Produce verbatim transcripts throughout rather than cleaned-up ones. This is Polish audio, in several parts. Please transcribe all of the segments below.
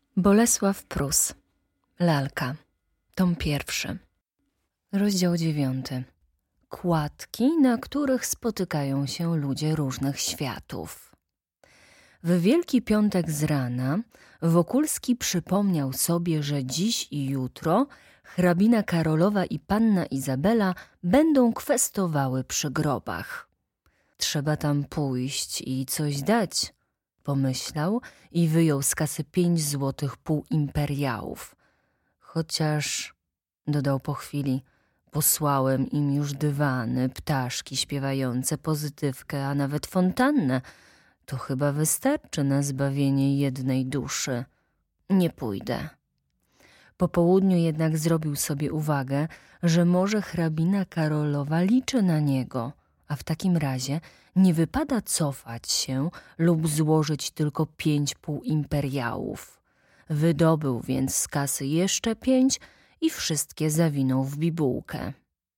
Bolesław Prus. Lalka. Tom pierwszy. Rozdział dziewiąty. Kładki, na których spotykają się ludzie różnych światów. W Wielki Piątek z rana Wokulski przypomniał sobie, że dziś i jutro hrabina Karolowa i panna Izabela będą kwestowały przy grobach. Trzeba tam pójść i coś dać, pomyślał i wyjął z kasy pięć złotych półimperiałów. Chociaż, dodał po chwili, posłałem im już dywany, ptaszki śpiewające, pozytywkę, a nawet fontannę. To chyba wystarczy na zbawienie jednej duszy. Nie pójdę. Po południu jednak zrobił sobie uwagę, że może hrabina Karolowa liczy na niego, a w takim razie nie wypada cofać się lub złożyć tylko pięć półimperiałów. Wydobył więc z kasy jeszcze pięć i wszystkie zawinął w bibułkę.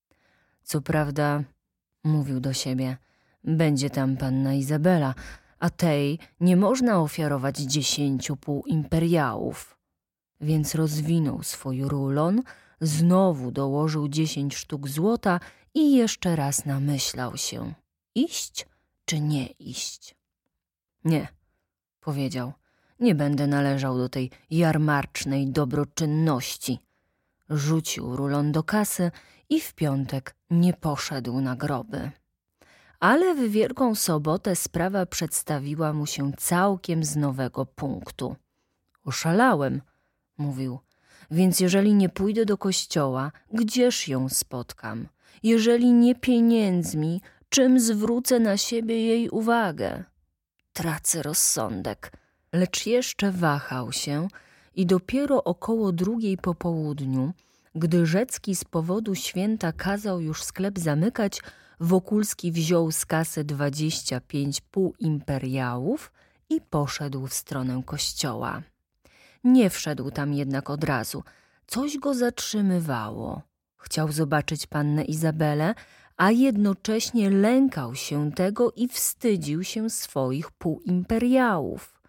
Co prawda, mówił do siebie, będzie tam panna Izabela, a tej nie można ofiarować dziesięciu półimperiałów. Więc rozwinął swój rulon, znowu dołożył dziesięć sztuk złota i jeszcze raz namyślał się, iść czy nie iść. Nie, powiedział, nie będę należał do tej jarmarcznej dobroczynności. Rzucił rulon do kasy i w piątek nie poszedł na groby. Ale w Wielką Sobotę sprawa przedstawiła mu się całkiem z nowego punktu. Oszalałem, mówił, więc jeżeli nie pójdę do kościoła, gdzież ją spotkam? Jeżeli nie pieniędzmi, czym zwrócę na siebie jej uwagę? Tracę rozsądek. Lecz jeszcze wahał się i dopiero około drugiej po południu, gdy Rzecki z powodu święta kazał już sklep zamykać, Wokulski wziął z kasy dwadzieścia pięć półimperiałów i poszedł w stronę kościoła. Nie wszedł tam jednak od razu. Coś go zatrzymywało. Chciał zobaczyć pannę Izabelę, a jednocześnie lękał się tego i wstydził się swoich półimperiałów.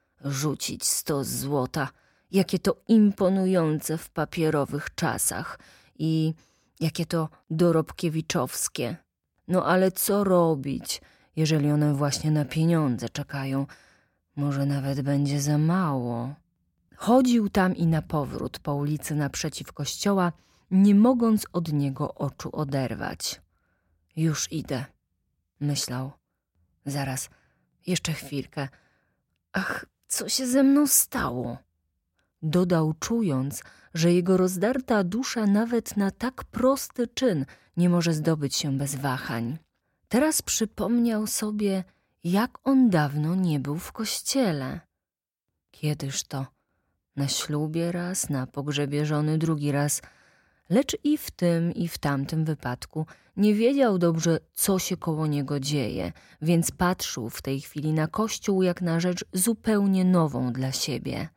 Rzucić sto złota, jakie to imponujące w papierowych czasach i jakie to dorobkiewiczowskie. No ale co robić, jeżeli one właśnie na pieniądze czekają? Może nawet będzie za mało. Chodził tam i na powrót po ulicy naprzeciw kościoła, nie mogąc od niego oczu oderwać. Już idę, myślał. Zaraz, jeszcze chwilkę. Ach, co się ze mną stało? Dodał, czując, że jego rozdarta dusza nawet na tak prosty czyn nie może zdobyć się bez wahań. Teraz przypomniał sobie, jak on dawno nie był w kościele. Kiedyż to? Na ślubie raz, na pogrzebie żony drugi raz, lecz i w tym, i w tamtym wypadku nie wiedział dobrze, co się koło niego dzieje, więc patrzył w tej chwili na kościół jak na rzecz zupełnie nową dla siebie.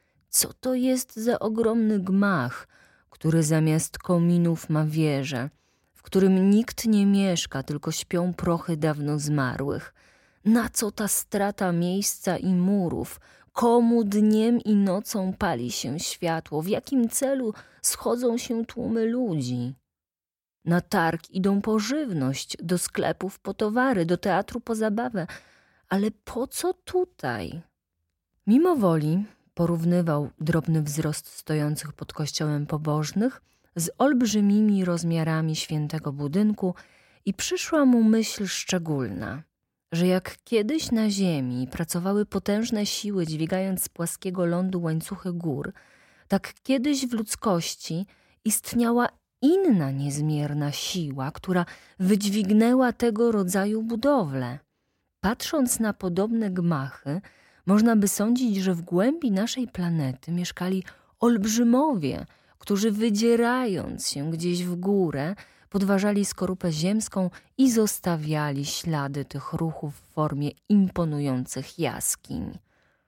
Co to jest za ogromny gmach, który zamiast kominów ma wieżę, w którym nikt nie mieszka, tylko śpią prochy dawno zmarłych? Na co ta strata miejsca i murów? Komu dniem i nocą pali się światło? W jakim celu schodzą się tłumy ludzi? Na targ idą po żywność, do sklepów po towary, do teatru po zabawę. Ale po co tutaj? Mimo woli porównywał drobny wzrost stojących pod kościołem pobożnych z olbrzymimi rozmiarami świętego budynku i przyszła mu myśl szczególna, że jak kiedyś na ziemi pracowały potężne siły, dźwigając z płaskiego lądu łańcuchy gór, tak kiedyś w ludzkości istniała inna niezmierna siła, która wydźwignęła tego rodzaju budowle. Patrząc na podobne gmachy, można by sądzić, że w głębi naszej planety mieszkali olbrzymowie, którzy wydzierając się gdzieś w górę, podważali skorupę ziemską i zostawiali ślady tych ruchów w formie imponujących jaskiń.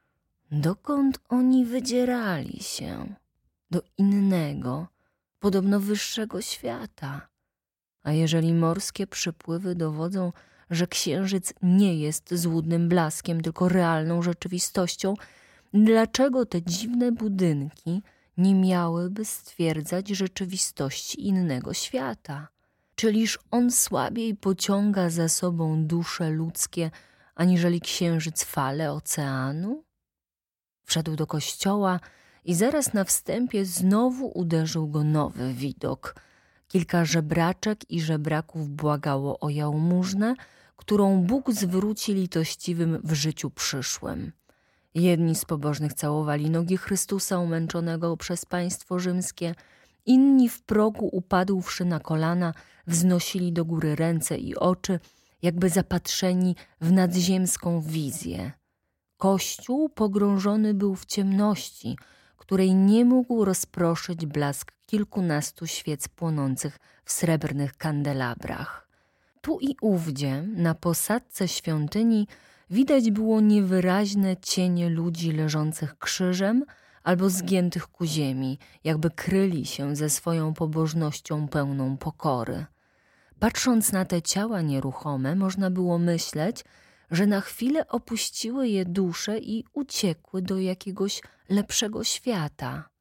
Dokąd oni wydzierali się? Do innego, podobno wyższego świata. A jeżeli morskie przypływy dowodzą, że księżyc nie jest złudnym blaskiem, tylko realną rzeczywistością, Dlaczego te dziwne budynki nie miałyby stwierdzać rzeczywistości innego świata? Czyliż on słabiej pociąga za sobą dusze ludzkie, aniżeli księżyc fale oceanu? Wszedł do kościoła i zaraz na wstępie znowu uderzył go nowy widok. Kilka żebraczek i żebraków błagało o jałmużnę, którą Bóg zwróci litościwym w życiu przyszłym. Jedni z pobożnych całowali nogi Chrystusa umęczonego przez państwo rzymskie, inni w progu upadłszy na kolana wznosili do góry ręce i oczy, jakby zapatrzeni w nadziemską wizję. Kościół pogrążony był w ciemności, której nie mógł rozproszyć blask kilkunastu świec płonących w srebrnych kandelabrach. Tu i ówdzie, na posadzce świątyni, widać było niewyraźne cienie ludzi leżących krzyżem albo zgiętych ku ziemi, jakby kryli się ze swoją pobożnością pełną pokory. Patrząc na te ciała nieruchome, można było myśleć, że na chwilę opuściły je dusze i uciekły do jakiegoś lepszego świata.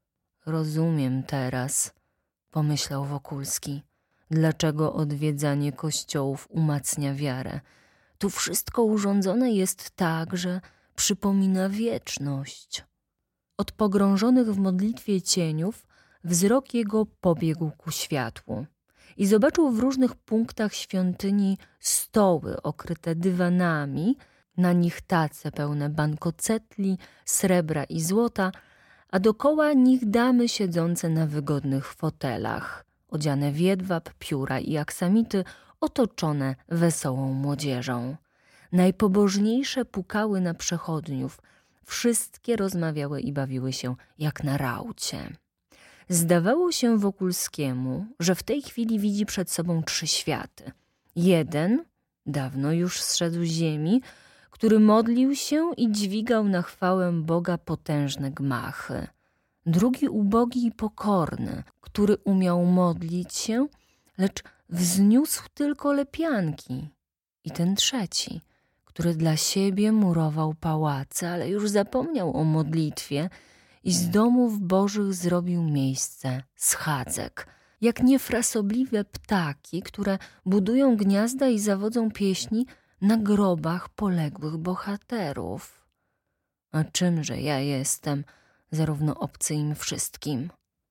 Rozumiem teraz, pomyślał Wokulski, dlaczego odwiedzanie kościołów umacnia wiarę. Tu wszystko urządzone jest tak, że przypomina wieczność. Od pogrążonych w modlitwie cieniów wzrok jego pobiegł ku światłu i zobaczył w różnych punktach świątyni stoły okryte dywanami, na nich tace pełne bankocetli, srebra i złota, a dokoła nich damy siedzące na wygodnych fotelach, odziane w jedwab, pióra i aksamity, otoczone wesołą młodzieżą. Najpobożniejsze pukały na przechodniów, wszystkie rozmawiały i bawiły się jak na raucie. Zdawało się Wokulskiemu, że w tej chwili widzi przed sobą trzy światy. Jeden, dawno już zszedł z ziemi, który modlił się i dźwigał na chwałę Boga potężne gmachy. Drugi ubogi i pokorny, który umiał modlić się, lecz wzniósł tylko lepianki. I ten trzeci, który dla siebie murował pałace, ale już zapomniał o modlitwie i z domów bożych zrobił miejsce schadzek, jak niefrasobliwe ptaki, które budują gniazda i zawodzą pieśni na grobach poległych bohaterów. A czymże ja jestem, zarówno obcy im wszystkim?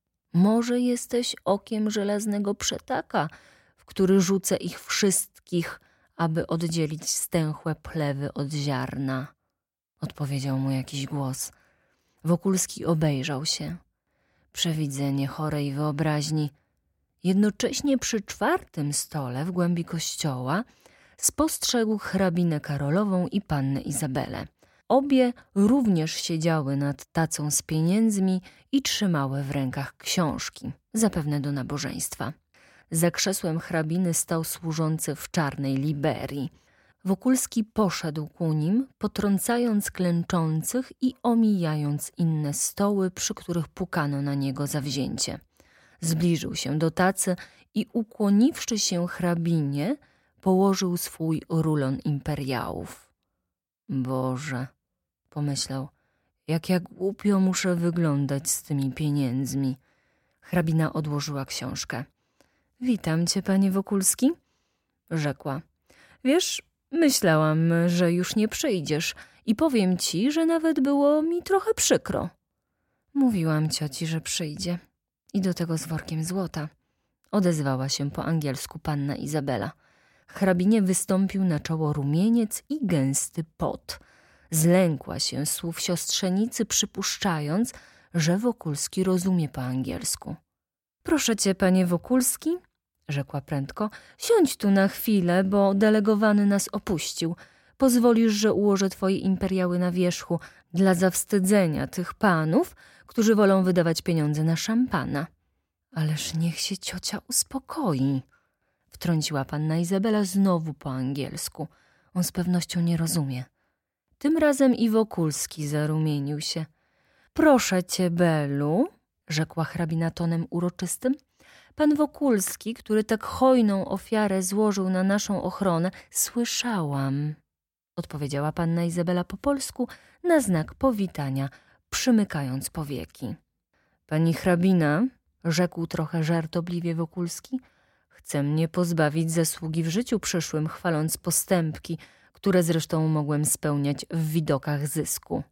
Może jesteś okiem żelaznego przetaka, w który rzucę ich wszystkich, aby oddzielić stęchłe plewy od ziarna. Odpowiedział mu jakiś głos. Wokulski obejrzał się. Przewidzenie chorej wyobraźni. Jednocześnie przy czwartym stole w głębi kościoła spostrzegł hrabinę Karolową i pannę Izabelę. Obie również siedziały nad tacą z pieniędzmi i trzymały w rękach książki, zapewne do nabożeństwa. Za krzesłem hrabiny stał służący w czarnej liberii. Wokulski poszedł ku nim, potrącając klęczących i omijając inne stoły, przy których pukano na niego zawzięcie. Zbliżył się do tacy i ukłoniwszy się hrabinie, położył swój rulon imperiałów. Boże, pomyślał, jak ja głupio muszę wyglądać z tymi pieniędzmi. Hrabina odłożyła książkę. Witam cię, panie Wokulski, rzekła. Wiesz, myślałam, że już nie przyjdziesz i powiem ci, że nawet było mi trochę przykro. Mówiłam cioci, że przyjdzie i do tego z workiem złota. Odezwała się po angielsku panna Izabela. Hrabinie wystąpił na czoło rumieniec i gęsty pot. Zlękła się słów siostrzenicy, przypuszczając, że Wokulski rozumie po angielsku. Proszę cię, panie Wokulski, rzekła prędko, siądź tu na chwilę, bo delegowany nas opuścił. Pozwolisz, że ułożę twoje imperiały na wierzchu dla zawstydzenia tych panów, którzy wolą wydawać pieniądze na szampana. Ależ niech się ciocia uspokoi, wtrąciła panna Izabela znowu po angielsku. On z pewnością nie rozumie. Tym razem i Wokulski zarumienił się. Proszę cię, Belu, rzekła hrabina tonem uroczystym, pan Wokulski, który tak hojną ofiarę złożył na naszą ochronę, słyszałam. odpowiedziała panna Izabela po polsku na znak powitania, przymykając powieki. Pani hrabina, rzekł trochę żartobliwie Wokulski, chce mnie pozbawić zasługi w życiu przyszłym, chwaląc postępki, które zresztą mogłem spełniać w widokach zysku.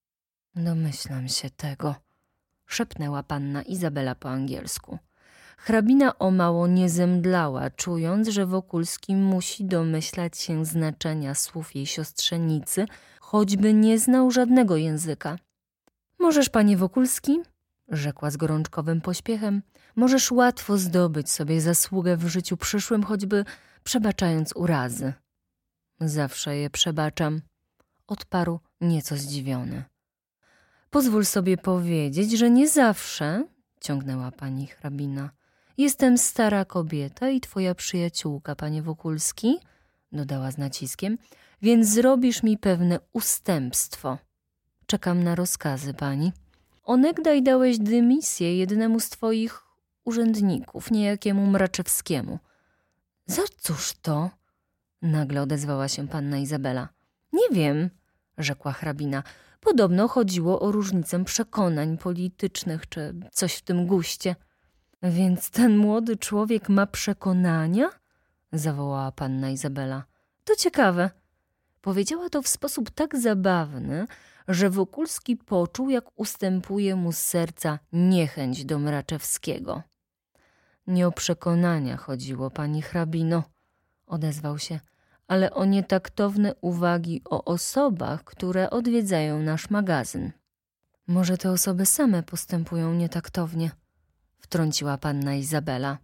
Domyślam się tego, szepnęła panna Izabela po angielsku. Hrabina o mało nie zemdlała, czując, że Wokulski musi domyślać się znaczenia słów jej siostrzenicy, choćby nie znał żadnego języka. Możesz, panie Wokulski, rzekła z gorączkowym pośpiechem, możesz łatwo zdobyć sobie zasługę w życiu przyszłym, choćby przebaczając urazy. Zawsze je przebaczam, odparł nieco zdziwiony. Pozwól sobie powiedzieć, że nie zawsze, ciągnęła pani hrabina. Jestem stara kobieta i twoja przyjaciółka, panie Wokulski, dodała z naciskiem, więc zrobisz mi pewne ustępstwo. Czekam na rozkazy pani. Onegdaj dałeś dymisję jednemu z twoich urzędników, niejakiemu Mraczewskiemu. Za cóż to? Nagle odezwała się panna Izabela. Nie wiem, rzekła hrabina. Podobno chodziło o różnicę przekonań politycznych, czy coś w tym guście. Więc ten młody człowiek ma przekonania? Zawołała panna Izabela. To ciekawe. Powiedziała to w sposób tak zabawny, że Wokulski poczuł, jak ustępuje mu z serca niechęć do Mraczewskiego. Nie o przekonania chodziło, pani hrabino, odezwał się, ale o nietaktowne uwagi o osobach, które odwiedzają nasz magazyn. Może te osoby same postępują nietaktownie, wtrąciła panna Izabela.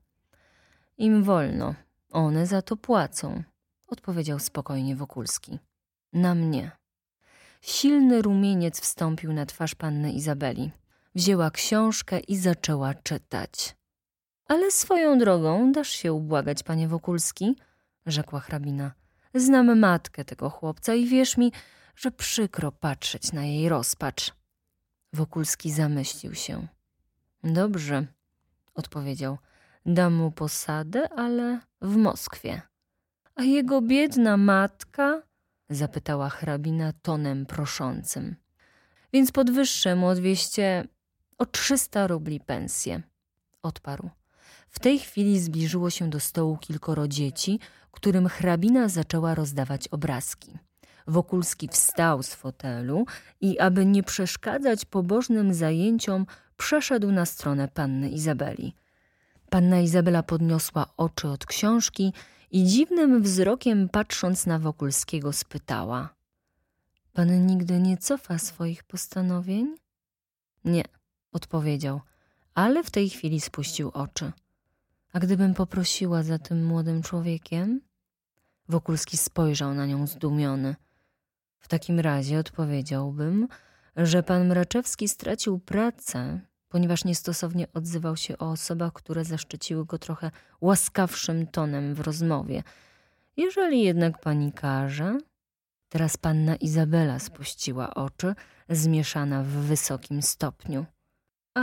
Im wolno, one za to płacą, odpowiedział spokojnie Wokulski. Na mnie. Silny rumieniec wstąpił na twarz panny Izabeli. Wzięła książkę i zaczęła czytać. Ale swoją drogą dasz się ubłagać, panie Wokulski, rzekła hrabina. Znam matkę tego chłopca i wierz mi, że przykro patrzeć na jej rozpacz. Wokulski zamyślił się. Dobrze, odpowiedział. Dam mu posadę, ale w Moskwie. A jego biedna matka? Zapytała hrabina tonem proszącym. Więc podwyższę mu o dwieście, o trzysta rubli pensję, odparł. W tej chwili zbliżyło się do stołu kilkoro dzieci, którym hrabina zaczęła rozdawać obrazki. Wokulski wstał z fotelu i, aby nie przeszkadzać pobożnym zajęciom, przeszedł na stronę panny Izabeli. Panna Izabela podniosła oczy od książki i dziwnym wzrokiem patrząc na Wokulskiego spytała. Pan nigdy nie cofa swoich postanowień? Nie, odpowiedział, ale w tej chwili spuścił oczy. A gdybym poprosiła za tym młodym człowiekiem? Wokulski spojrzał na nią zdumiony. W takim razie odpowiedziałbym, że pan Mraczewski stracił pracę, ponieważ niestosownie odzywał się o osobach, które zaszczyciły go trochę łaskawszym tonem w rozmowie. Jeżeli jednak pani każe... Teraz panna Izabela spuściła oczy, zmieszana w wysokim stopniu. A...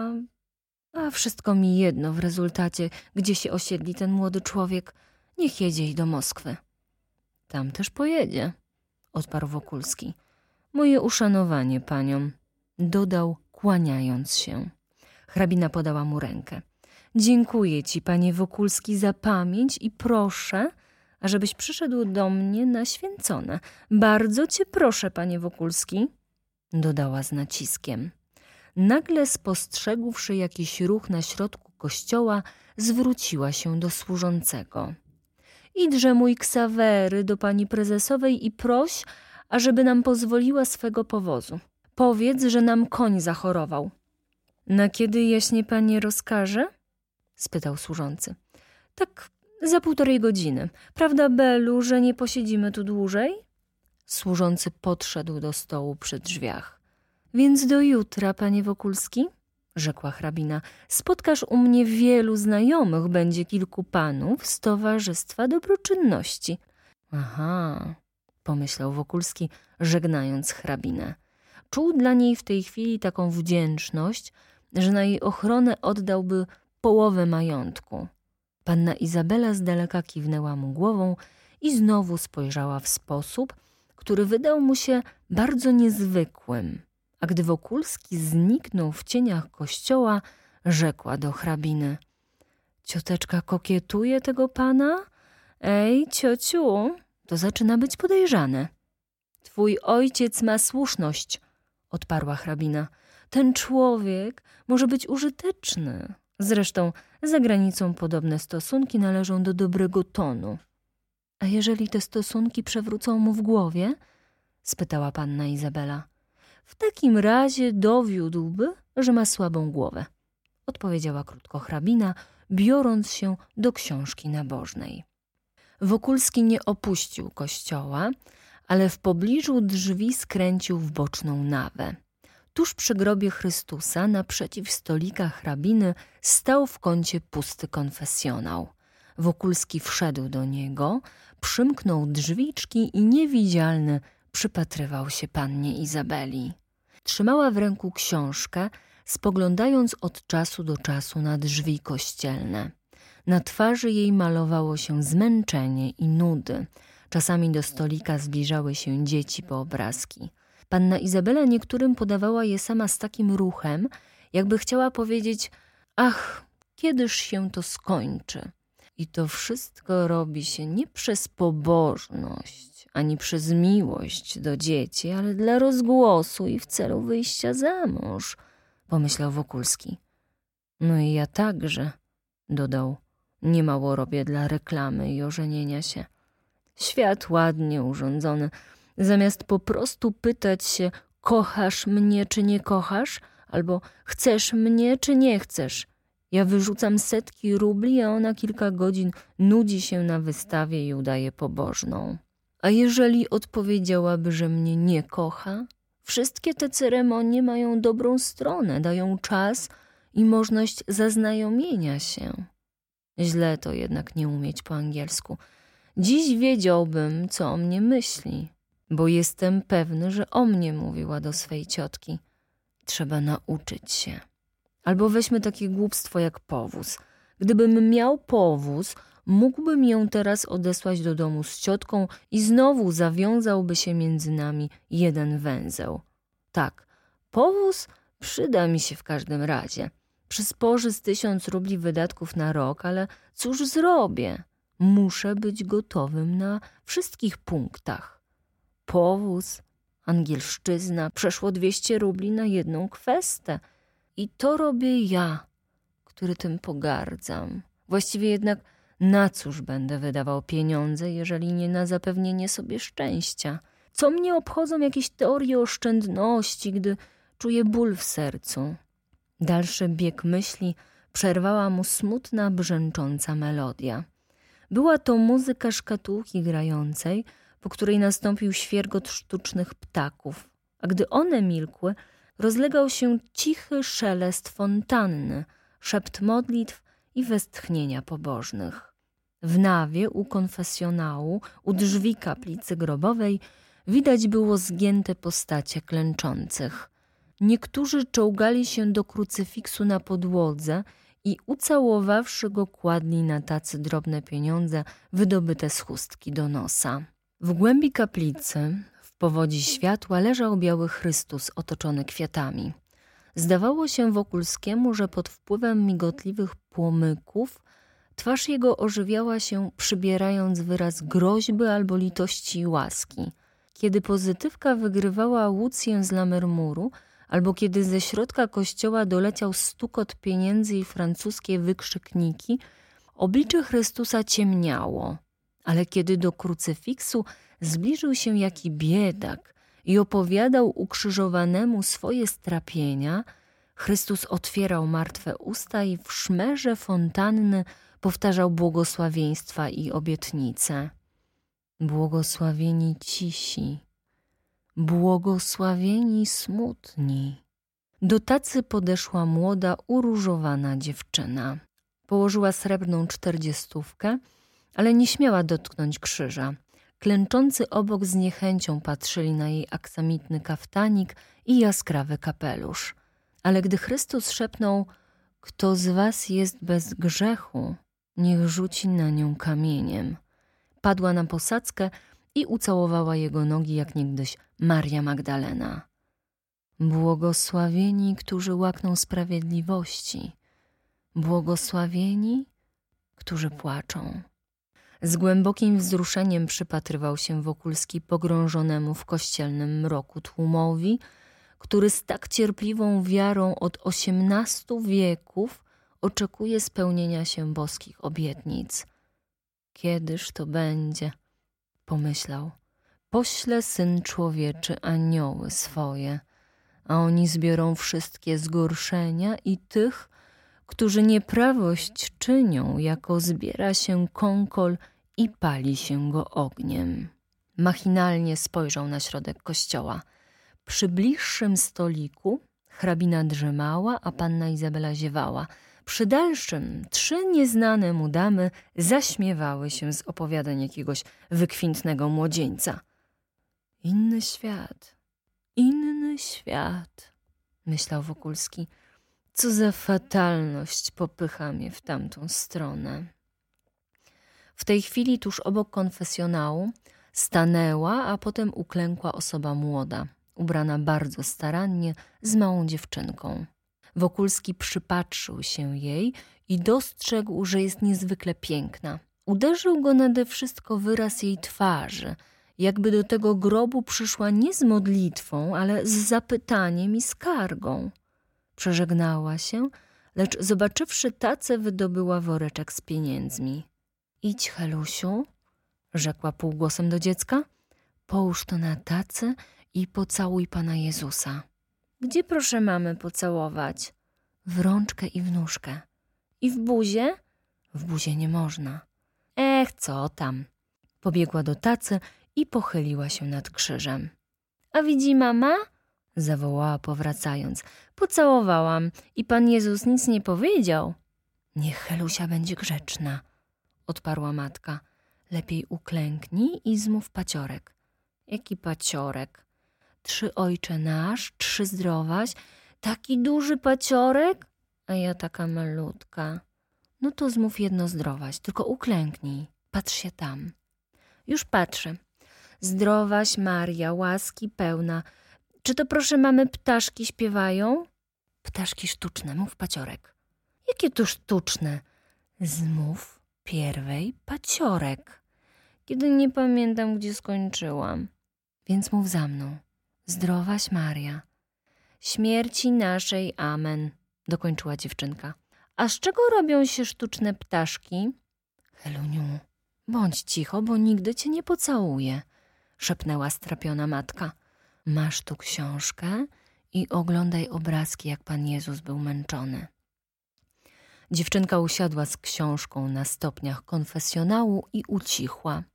a wszystko mi jedno w rezultacie, gdzie się osiedli ten młody człowiek. Niech jedzie i do Moskwy. Tam też pojedzie, odparł Wokulski. Moje uszanowanie paniom, dodał, kłaniając się. Hrabina podała mu rękę. Dziękuję ci, panie Wokulski, za pamięć i proszę, ażebyś przyszedł do mnie na święcone. Bardzo cię proszę, panie Wokulski, dodała z naciskiem. Nagle spostrzegłszy jakiś ruch na środku kościoła, zwróciła się do służącego. Idźże mój Ksawery do pani prezesowej i proś, ażeby nam pozwoliła swego powozu. Powiedz, że nam koń zachorował. Na kiedy jaśnie panie rozkaże? Spytał służący. Tak za półtorej godziny. Prawda, Belu, że nie posiedzimy tu dłużej? Służący podszedł do stołu przy drzwiach. Więc do jutra, panie Wokulski, rzekła hrabina. Spotkasz u mnie wielu znajomych, będzie kilku panów z Towarzystwa Dobroczynności. Aha, pomyślał Wokulski, żegnając hrabinę. Czuł dla niej w tej chwili taką wdzięczność, że na jej ochronę oddałby połowę majątku. Panna Izabela z daleka kiwnęła mu głową i znowu spojrzała w sposób, który wydał mu się bardzo niezwykłym. A gdy Wokulski zniknął w cieniach kościoła, rzekła do hrabiny: cioteczka kokietuje tego pana? Ej, ciociu, to zaczyna być podejrzane. Twój ojciec ma słuszność, odparła hrabina. Ten człowiek może być użyteczny. Zresztą za granicą podobne stosunki należą do dobrego tonu. A jeżeli te stosunki przewrócą mu w głowie? Spytała panna Izabela. W takim razie dowiódłby, że ma słabą głowę, odpowiedziała krótko hrabina, biorąc się do książki nabożnej. Wokulski nie opuścił kościoła, ale w pobliżu drzwi skręcił w boczną nawę. Tuż przy grobie Chrystusa, naprzeciw stolika hrabiny, stał w kącie pusty konfesjonał. Wokulski wszedł do niego, przymknął drzwiczki i niewidzialny przypatrywał się pannie Izabeli. Trzymała w ręku książkę, spoglądając od czasu do czasu na drzwi kościelne. Na twarzy jej malowało się zmęczenie i nudy. Czasami do stolika zbliżały się dzieci po obrazki. Panna Izabela niektórym podawała je sama z takim ruchem, jakby chciała powiedzieć: ach, kiedyż się to skończy. I to wszystko robi się nie przez pobożność, ani przez miłość do dzieci, ale dla rozgłosu i w celu wyjścia za mąż, pomyślał Wokulski. No i ja także, dodał, niemało robię dla reklamy i ożenienia się. Świat ładnie urządzony. Zamiast po prostu pytać się: kochasz mnie czy nie kochasz? Albo chcesz mnie czy nie chcesz? Ja wyrzucam setki rubli, a ona kilka godzin nudzi się na wystawie i udaje pobożną. A jeżeli odpowiedziałaby, że mnie nie kocha? Wszystkie te ceremonie mają dobrą stronę, dają czas i możliwość zaznajomienia się. Źle to jednak nie umieć po angielsku. Dziś wiedziałbym, co o mnie myśli, bo jestem pewny, że o mnie mówiła do swej ciotki. Trzeba nauczyć się. Albo weźmy takie głupstwo jak powóz. Gdybym miał powóz, mógłbym ją teraz odesłać do domu z ciotką i znowu zawiązałby się między nami jeden węzeł. Tak, powóz przyda mi się w każdym razie. Przysporzy z tysiąc rubli wydatków na rok, ale cóż zrobię? Muszę być gotowym na wszystkich punktach. Powóz, angielszczyzna, przeszło dwieście rubli na jedną kwestę. I to robię ja, który tym pogardzam. Właściwie jednak na cóż będę wydawał pieniądze, jeżeli nie na zapewnienie sobie szczęścia? Co mnie obchodzą jakieś teorie oszczędności, gdy czuję ból w sercu? Dalszy bieg myśli przerwała mu smutna, brzęcząca melodia. Była to muzyka szkatułki grającej, po której nastąpił świergot sztucznych ptaków, a gdy one milkły, rozlegał się cichy szelest fontanny, szept modlitw i westchnienia pobożnych. W nawie u konfesjonału, u drzwi kaplicy grobowej widać było zgięte postacie klęczących. Niektórzy czołgali się do krucyfiksu na podłodze i ucałowawszy go kładli na tacy drobne pieniądze wydobyte z chustki do nosa. W głębi kaplicy, w powodzi światła, leżał biały Chrystus otoczony kwiatami. Zdawało się Wokulskiemu, że pod wpływem migotliwych płomyków twarz jego ożywiała się, przybierając wyraz groźby albo litości i łaski. Kiedy pozytywka wygrywała Łucję z Lammermuru, albo kiedy ze środka kościoła doleciał stukot pieniędzy i francuskie wykrzykniki, oblicze Chrystusa ciemniało. Ale kiedy do krucyfiksu zbliżył się jaki biedak i opowiadał ukrzyżowanemu swoje strapienia, Chrystus otwierał martwe usta i w szmerze fontanny powtarzał błogosławieństwa i obietnice. Błogosławieni cisi, błogosławieni smutni. Do tacy podeszła młoda, uróżowana dziewczyna. Położyła srebrną czterdziestówkę, ale nie śmiała dotknąć krzyża. Klęczący obok z niechęcią patrzyli na jej aksamitny kaftanik i jaskrawy kapelusz. Ale gdy Chrystus szepnął: kto z was jest bez grzechu, niech rzuci na nią kamieniem, padła na posadzkę i ucałowała jego nogi jak niegdyś Maria Magdalena. Błogosławieni, którzy łakną sprawiedliwości, błogosławieni, którzy płaczą. Z głębokim wzruszeniem przypatrywał się Wokulski pogrążonemu w kościelnym mroku tłumowi, który z tak cierpliwą wiarą od osiemnastu wieków oczekuje spełnienia się boskich obietnic. Kiedyż to będzie, pomyślał, pośle Syn Człowieczy anioły swoje, a oni zbiorą wszystkie zgorszenia i tych, którzy nieprawość czynią, jako zbiera się kąkol i pali się go ogniem. Machinalnie spojrzał na środek kościoła. Przy bliższym stoliku hrabina drzemała, a panna Izabela ziewała. Przy dalszym trzy nieznane mu damy zaśmiewały się z opowiadań jakiegoś wykwintnego młodzieńca. Inny świat, inny świat, myślał Wokulski. Co za fatalność popycha mnie w tamtą stronę. W tej chwili tuż obok konfesjonału stanęła, a potem uklękła osoba młoda, ubrana bardzo starannie, z małą dziewczynką. Wokulski przypatrzył się jej i dostrzegł, że jest niezwykle piękna. Uderzył go nade wszystko wyraz jej twarzy, jakby do tego grobu przyszła nie z modlitwą, ale z zapytaniem i skargą. Przeżegnała się, lecz zobaczywszy tacę, wydobyła woreczek z pieniędzmi. Idź, Helusiu, rzekła półgłosem do dziecka, połóż to na tacę i pocałuj Pana Jezusa. Gdzie proszę mamy pocałować? W rączkę i w nóżkę. I w buzię? W buzię nie można. Ech, co tam. Pobiegła do tacy i pochyliła się nad krzyżem. A widzi mama? Zawołała powracając. Pocałowałam i Pan Jezus nic nie powiedział. Niech Helusia będzie grzeczna, odparła matka. Lepiej uklęknij i zmów paciorek. Jaki paciorek? Trzy ojcze nasz, trzy zdrowaś, taki duży paciorek, a ja taka malutka. No to zmów jedno zdrowaś, tylko uklęknij, patrz się tam. Już patrzę. Zdrowaś Maria, łaski pełna. Czy to proszę mamy ptaszki śpiewają? Ptaszki sztuczne, mów paciorek. Jakie to sztuczne? Zmów pierwej paciorek. Kiedy nie pamiętam, gdzie skończyłam. Więc mów za mną. Zdrowaś Maria. Śmierci naszej amen, dokończyła dziewczynka. A z czego robią się sztuczne ptaszki? Heluniu, bądź cicho, bo nigdy cię nie pocałuję, szepnęła strapiona matka. Masz tu książkę i oglądaj obrazki, jak Pan Jezus był męczony. Dziewczynka usiadła z książką na stopniach konfesjonału i ucichła.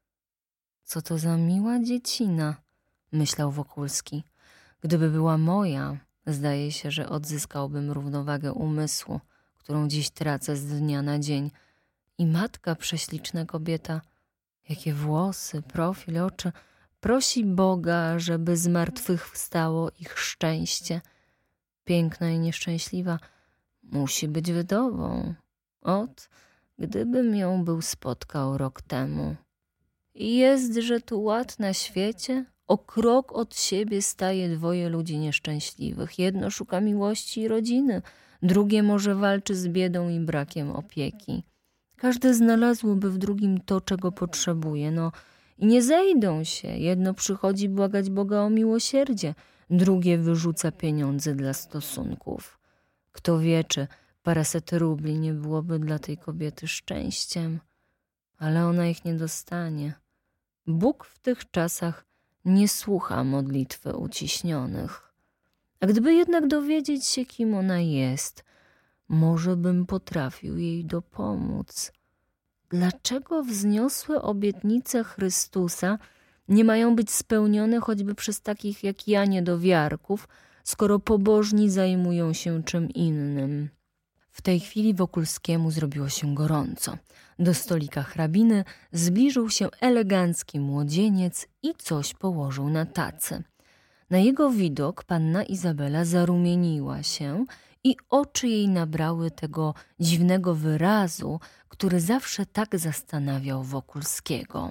Co to za miła dziecina, myślał Wokulski. Gdyby była moja, zdaje się, że odzyskałbym równowagę umysłu, którą dziś tracę z dnia na dzień. I matka, prześliczna kobieta, jakie włosy, profil, oczy, prosi Boga, żeby z martwych wstało ich szczęście. Piękna i nieszczęśliwa, musi być wdową. Ot, gdybym ją był spotkał rok temu. I jest-że tu ład na świecie? O krok od siebie staje dwoje ludzi nieszczęśliwych. Jedno szuka miłości i rodziny, drugie może walczy z biedą i brakiem opieki. Każde znalazłoby w drugim to, czego potrzebuje, no i nie zejdą się. Jedno przychodzi błagać Boga o miłosierdzie, drugie wyrzuca pieniądze dla stosunków. Kto wie, czy paręset rubli nie byłoby dla tej kobiety szczęściem, ale ona ich nie dostanie. Bóg w tych czasach nie słucha modlitwy uciśnionych. A gdyby jednak dowiedzieć się, kim ona jest, może bym potrafił jej dopomóc. Dlaczego wzniosłe obietnice Chrystusa nie mają być spełnione choćby przez takich jak ja niedowiarków, skoro pobożni zajmują się czym innym? W tej chwili Wokulskiemu zrobiło się gorąco. Do stolika hrabiny zbliżył się elegancki młodzieniec i coś położył na tacy. Na jego widok panna Izabela zarumieniła się i oczy jej nabrały tego dziwnego wyrazu, który zawsze tak zastanawiał Wokulskiego.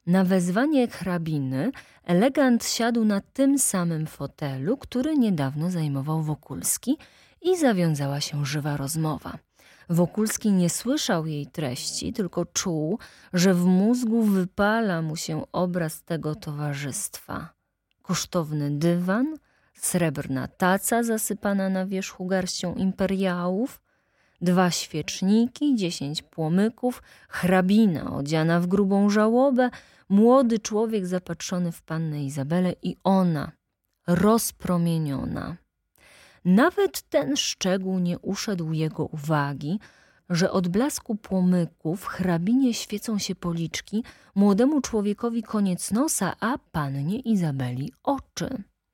Na wezwanie hrabiny elegant siadł na tym samym fotelu, który niedawno zajmował Wokulski, i zawiązała się żywa rozmowa. Wokulski nie słyszał jej treści, tylko czuł, że w mózgu wypala mu się obraz tego towarzystwa. Kosztowny dywan, srebrna taca zasypana na wierzchu garścią imperiałów, dwa świeczniki, dziesięć płomyków, hrabina odziana w grubą żałobę, młody człowiek zapatrzony w pannę Izabelę i ona, rozpromieniona. Nawet ten szczegół nie uszedł jego uwagi, że od blasku płomyków hrabinie świecą się policzki, młodemu człowiekowi koniec nosa, a pannie Izabeli oczy.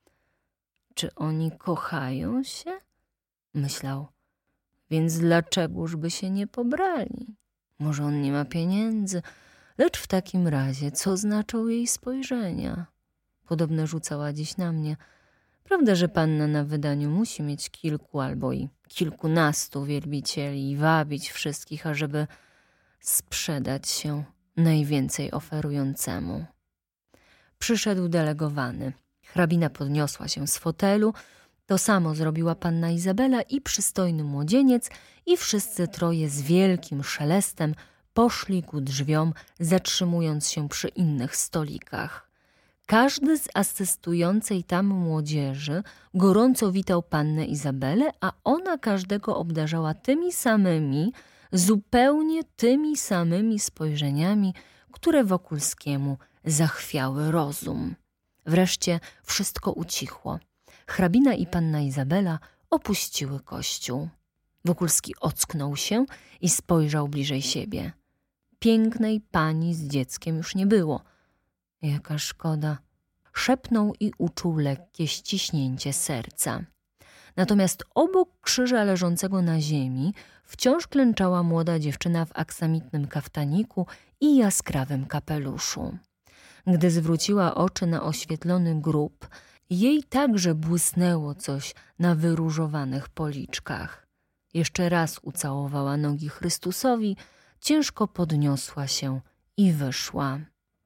Czy oni kochają się? Myślał. Więc dlaczegoż by się nie pobrali? Może on nie ma pieniędzy, lecz w takim razie co znaczą jej spojrzenia? Podobne rzucała dziś na mnie. Prawda, że panna na wydaniu musi mieć kilku albo i kilkunastu wielbicieli i wabić wszystkich, ażeby sprzedać się najwięcej oferującemu. Przyszedł delegowany. Hrabina podniosła się z fotelu, to samo zrobiła panna Izabela i przystojny młodzieniec, i wszyscy troje z wielkim szelestem poszli ku drzwiom, zatrzymując się przy innych stolikach. Każdy z asystującej tam młodzieży gorąco witał pannę Izabelę, a ona każdego obdarzała tymi samymi, zupełnie tymi samymi spojrzeniami, które Wokulskiemu zachwiały rozum. Wreszcie wszystko ucichło. Hrabina i panna Izabela opuściły kościół. Wokulski ocknął się i spojrzał bliżej siebie. Pięknej pani z dzieckiem już nie było. Jaka szkoda. Szepnął i uczuł lekkie ściśnięcie serca. Natomiast obok krzyża leżącego na ziemi wciąż klęczała młoda dziewczyna w aksamitnym kaftaniku i jaskrawym kapeluszu. Gdy zwróciła oczy na oświetlony grób, jej także błysnęło coś na wyróżowanych policzkach. Jeszcze raz ucałowała nogi Chrystusowi, ciężko podniosła się i wyszła.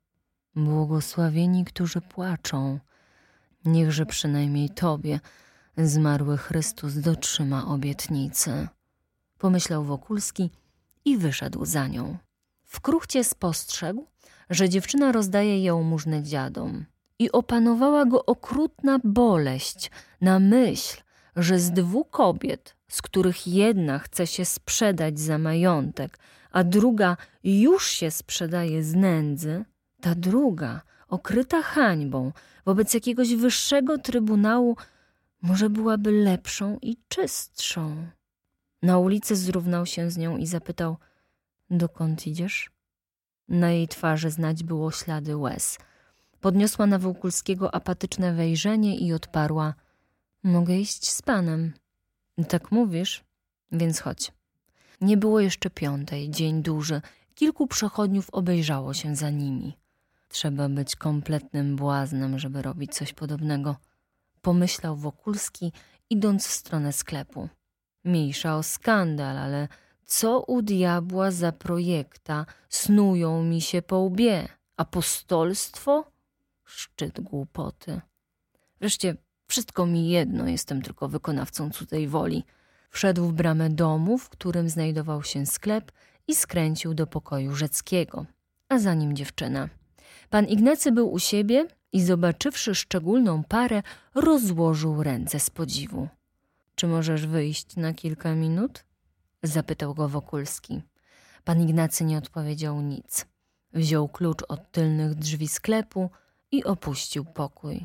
Błogosławieni, którzy płaczą, niechże przynajmniej Tobie zmarły Chrystus dotrzyma obietnicy. Pomyślał Wokulski i wyszedł za nią. W kruchcie spostrzegł, że dziewczyna rozdaje jałmużnę dziadom i opanowała go okrutna boleść na myśl, że z dwóch kobiet, z których jedna chce się sprzedać za majątek, a druga już się sprzedaje z nędzy, ta druga, okryta hańbą wobec jakiegoś wyższego trybunału, może byłaby lepszą i czystszą. Na ulicy zrównał się z nią i zapytał: dokąd idziesz? Na jej twarzy znać było ślady łez. Podniosła na Wokulskiego apatyczne wejrzenie i odparła: mogę iść z panem. Tak mówisz? Więc chodź. Nie było jeszcze piątej, dzień duży. Kilku przechodniów obejrzało się za nimi. Trzeba być kompletnym błaznem, żeby robić coś podobnego, pomyślał Wokulski, idąc w stronę sklepu. Mniejsza o skandal, ale co u diabła za projekta snują mi się po łbie? Apostolstwo? Szczyt głupoty. Wreszcie wszystko mi jedno, jestem tylko wykonawcą cudzej woli. Wszedł w bramę domu, w którym znajdował się sklep, i skręcił do pokoju Rzeckiego, a za nim dziewczyna. Pan Ignacy był u siebie i zobaczywszy szczególną parę, rozłożył ręce z podziwu. Czy możesz wyjść na kilka minut? Zapytał go Wokulski. Pan Ignacy nie odpowiedział nic. Wziął klucz od tylnych drzwi sklepu i opuścił pokój.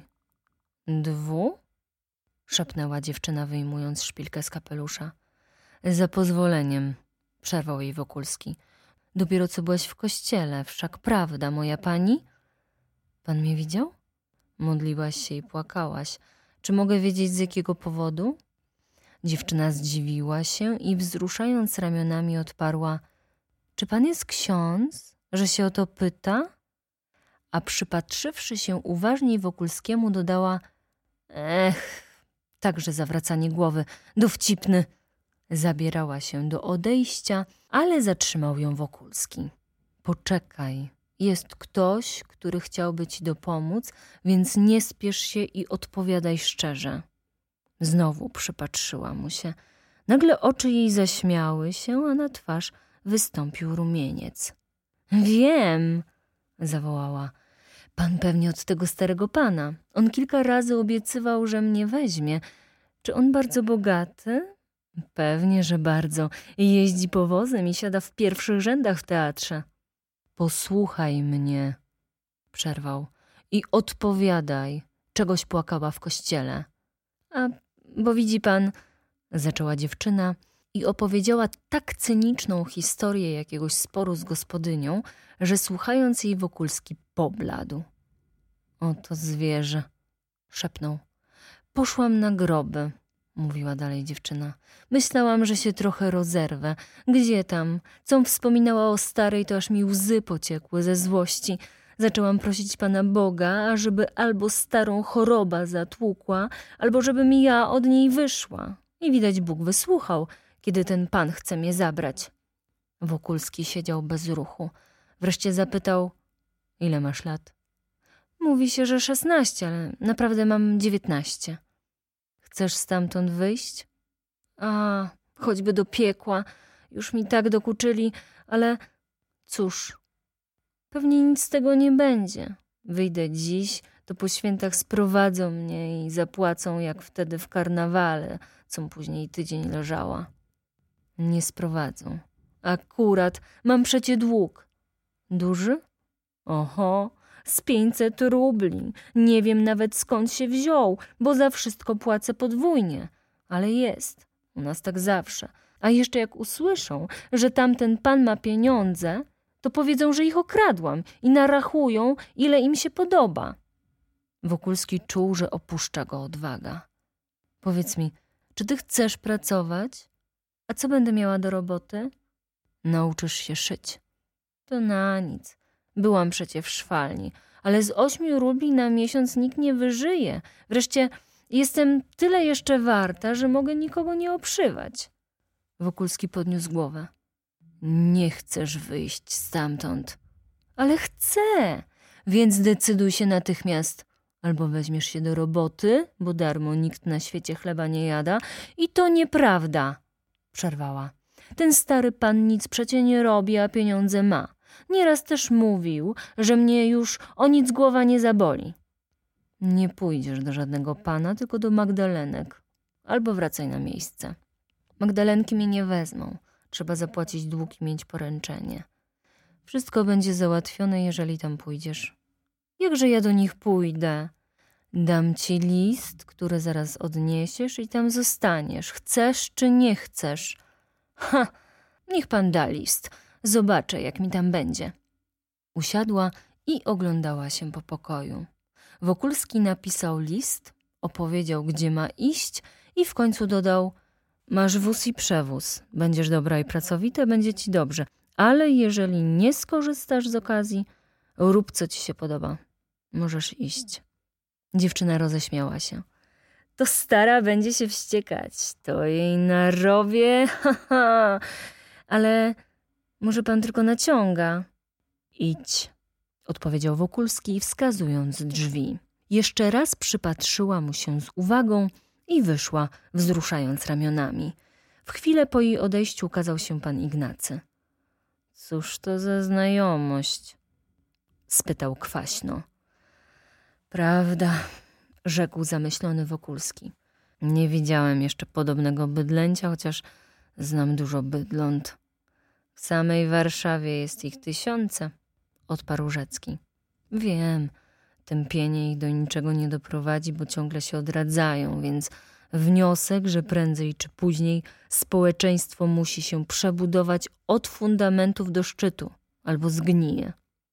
Dwu? Szepnęła dziewczyna, wyjmując szpilkę z kapelusza. Za pozwoleniem, przerwał jej Wokulski. Dopiero co byłaś w kościele, wszak prawda, moja pani? Pan mnie widział? Modliłaś się i płakałaś. Czy mogę wiedzieć, z jakiego powodu? Dziewczyna zdziwiła się i wzruszając ramionami odparła: czy pan jest ksiądz, że się o to pyta? A przypatrzywszy się uważniej Wokulskiemu, dodała: ech, także zawracanie głowy, dowcipny. Zabierała się do odejścia, ale zatrzymał ją Wokulski. Poczekaj, Jest ktoś, który chciałby ci dopomóc, więc nie spiesz się i odpowiadaj szczerze. Znowu przypatrzyła mu się. Nagle oczy jej zaśmiały się, a na twarz wystąpił rumieniec. Wiem, zawołała. Pan pewnie od tego starego pana. On kilka razy obiecywał, że mnie weźmie. Czy on bardzo bogaty? Pewnie, że bardzo. Jeździ powozem i siada w pierwszych rzędach w teatrze. Posłuchaj mnie, przerwał, i odpowiadaj, czegoś płakała w kościele. A, bo widzi pan, zaczęła dziewczyna i opowiedziała tak cyniczną historię jakiegoś sporu z gospodynią, że słuchając jej Wokulski pobladł. Oto zwierzę, szepnął. Poszłam na groby, mówiła dalej dziewczyna. Myślałam, że się trochę rozerwę. Gdzie tam? Co wspominała o starej, to aż mi łzy pociekły ze złości. Zaczęłam prosić Pana Boga, ażeby albo starą choroba zatłukła, albo żebym ja od niej wyszła. I widać Bóg wysłuchał, kiedy ten pan chce mnie zabrać. Wokulski siedział bez ruchu. Wreszcie zapytał, ile masz lat? Mówi się, że szesnaście, ale naprawdę mam dziewiętnaście. Chcesz stamtąd wyjść? A, choćby do piekła. Już mi tak dokuczyli, ale cóż, pewnie nic z tego nie będzie. Wyjdę dziś, to po świętach sprowadzą mnie i zapłacą jak wtedy w karnawale, com później tydzień leżała. Nie sprowadzą. Akurat, mam przecie dług. Duży? Oho, z pięćset rubli. Nie wiem nawet skąd się wziął, bo za wszystko płacę podwójnie. Ale jest, u nas tak zawsze. A jeszcze jak usłyszą, że tamten pan ma pieniądze, to powiedzą, że ich okradłam i narachują, ile im się podoba. Wokulski czuł, że opuszcza go odwaga. Powiedz mi, czy ty chcesz pracować? A co będę miała do roboty? Nauczysz się szyć. To na nic. Byłam przecie w szwalni, ale z ośmiu rubli na miesiąc nikt nie wyżyje. Wreszcie jestem tyle jeszcze warta, że mogę nikogo nie obszywać. Wokulski podniósł głowę. Nie chcesz wyjść stamtąd. Ale chcę, więc decyduj się natychmiast. Albo weźmiesz się do roboty, bo darmo nikt na świecie chleba nie jada. I to nieprawda, przerwała. Ten stary pan nic przecie nie robi, a pieniądze ma. Nieraz też mówił, że mnie już o nic głowa nie zaboli. Nie pójdziesz do żadnego pana, tylko do Magdalenek. Albo wracaj na miejsce. Magdalenki mnie nie wezmą. Trzeba zapłacić dług i mieć poręczenie. Wszystko będzie załatwione, jeżeli tam pójdziesz. Jakże ja do nich pójdę? Dam ci list, który zaraz odniesiesz i tam zostaniesz. Chcesz czy nie chcesz? Ha! Niech pan da list. Zobaczę, jak mi tam będzie. Usiadła i oglądała się po pokoju. Wokulski napisał list, opowiedział, gdzie ma iść i w końcu dodał: masz wóz i przewóz. Będziesz dobra i pracowita, będzie ci dobrze. Ale jeżeli nie skorzystasz z okazji, rób, co ci się podoba. Możesz iść. Dziewczyna roześmiała się. To stara będzie się wściekać. To jej narobię. Ha, ha. Ale może pan tylko naciąga. Idź, odpowiedział Wokulski, wskazując drzwi. Jeszcze raz przypatrzyła mu się z uwagą i wyszła, wzruszając ramionami. W chwilę po jej odejściu ukazał się pan Ignacy. Cóż to za znajomość? Spytał kwaśno. Prawda, rzekł zamyślony Wokulski. Nie widziałem jeszcze podobnego bydlęcia, chociaż znam dużo bydląt. W samej Warszawie jest ich tysiące, odparł Rzecki. Wiem, tępienie ich do niczego nie doprowadzi, bo ciągle się odradzają, więc wniosek, że prędzej czy później społeczeństwo musi się przebudować od fundamentów do szczytu, albo zgnije.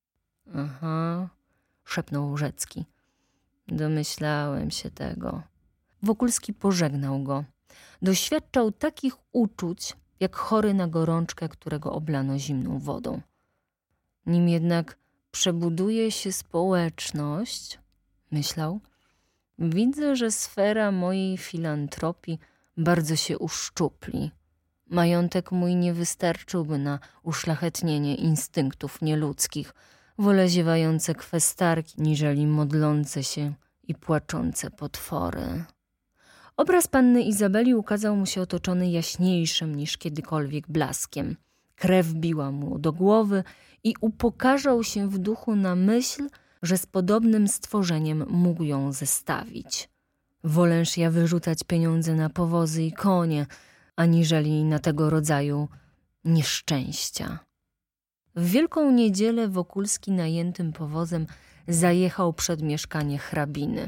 Aha, szepnął Rzecki. Domyślałem się tego. Wokulski pożegnał go. Doświadczał takich uczuć, jak chory na gorączkę, którego oblano zimną wodą. Nim jednak przebuduje się społeczność, myślał, widzę, że sfera mojej filantropii bardzo się uszczupli. Majątek mój nie wystarczyłby na uszlachetnienie instynktów nieludzkich. Wolę ziewające kwestarki, niżeli modlące się i płaczące potwory. Obraz panny Izabeli ukazał mu się otoczony jaśniejszym niż kiedykolwiek blaskiem. Krew biła mu do głowy i upokarzał się w duchu na myśl, że z podobnym stworzeniem mógł ją zestawić. Wolęż ja wyrzucać pieniądze na powozy i konie, aniżeli na tego rodzaju nieszczęścia. W Wielką Niedzielę Wokulski najętym powozem zajechał przed mieszkanie hrabiny.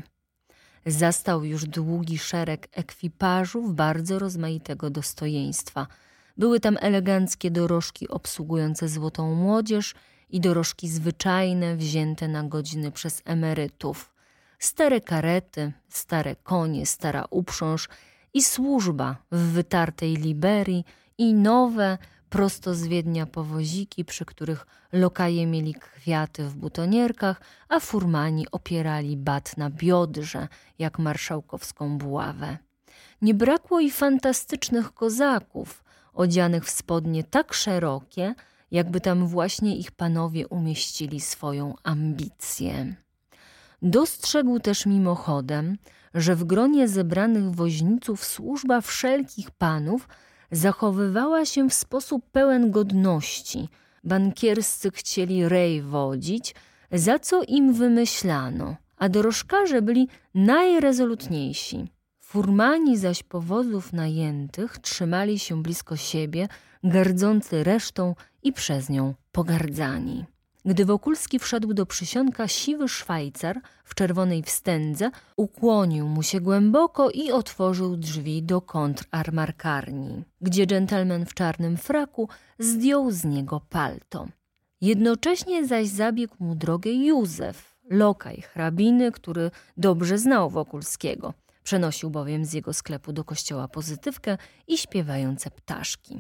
Zastał już długi szereg ekwipażów bardzo rozmaitego dostojeństwa. Były tam eleganckie dorożki obsługujące złotą młodzież i dorożki zwyczajne wzięte na godziny przez emerytów. Stare karety, stare konie, stara uprząż i służba w wytartej liberii i nowe, prosto z Wiednia powoziki, przy których lokaje mieli kwiaty w butonierkach, a furmani opierali bat na biodrze, jak marszałkowską buławę. Nie brakło i fantastycznych kozaków, odzianych w spodnie tak szerokie, jakby tam właśnie ich panowie umieścili swoją ambicję. Dostrzegł też mimochodem, że w gronie zebranych woźniców służba wszelkich panów zachowywała się w sposób pełen godności. Bankierscy chcieli rej wodzić, za co im wymyślano, a dorożkarze byli najrezolutniejsi. Furmani zaś powozów najętych trzymali się blisko siebie, gardzący resztą i przez nią pogardzani. Gdy Wokulski wszedł do przysionka, siwy Szwajcar w czerwonej wstędze ukłonił mu się głęboko i otworzył drzwi do kontrarmarkarni, gdzie dżentelmen w czarnym fraku zdjął z niego palto. Jednocześnie zaś zabiegł mu drogę Józef, lokaj hrabiny, który dobrze znał Wokulskiego. Przenosił bowiem z jego sklepu do kościoła pozytywkę i śpiewające ptaszki.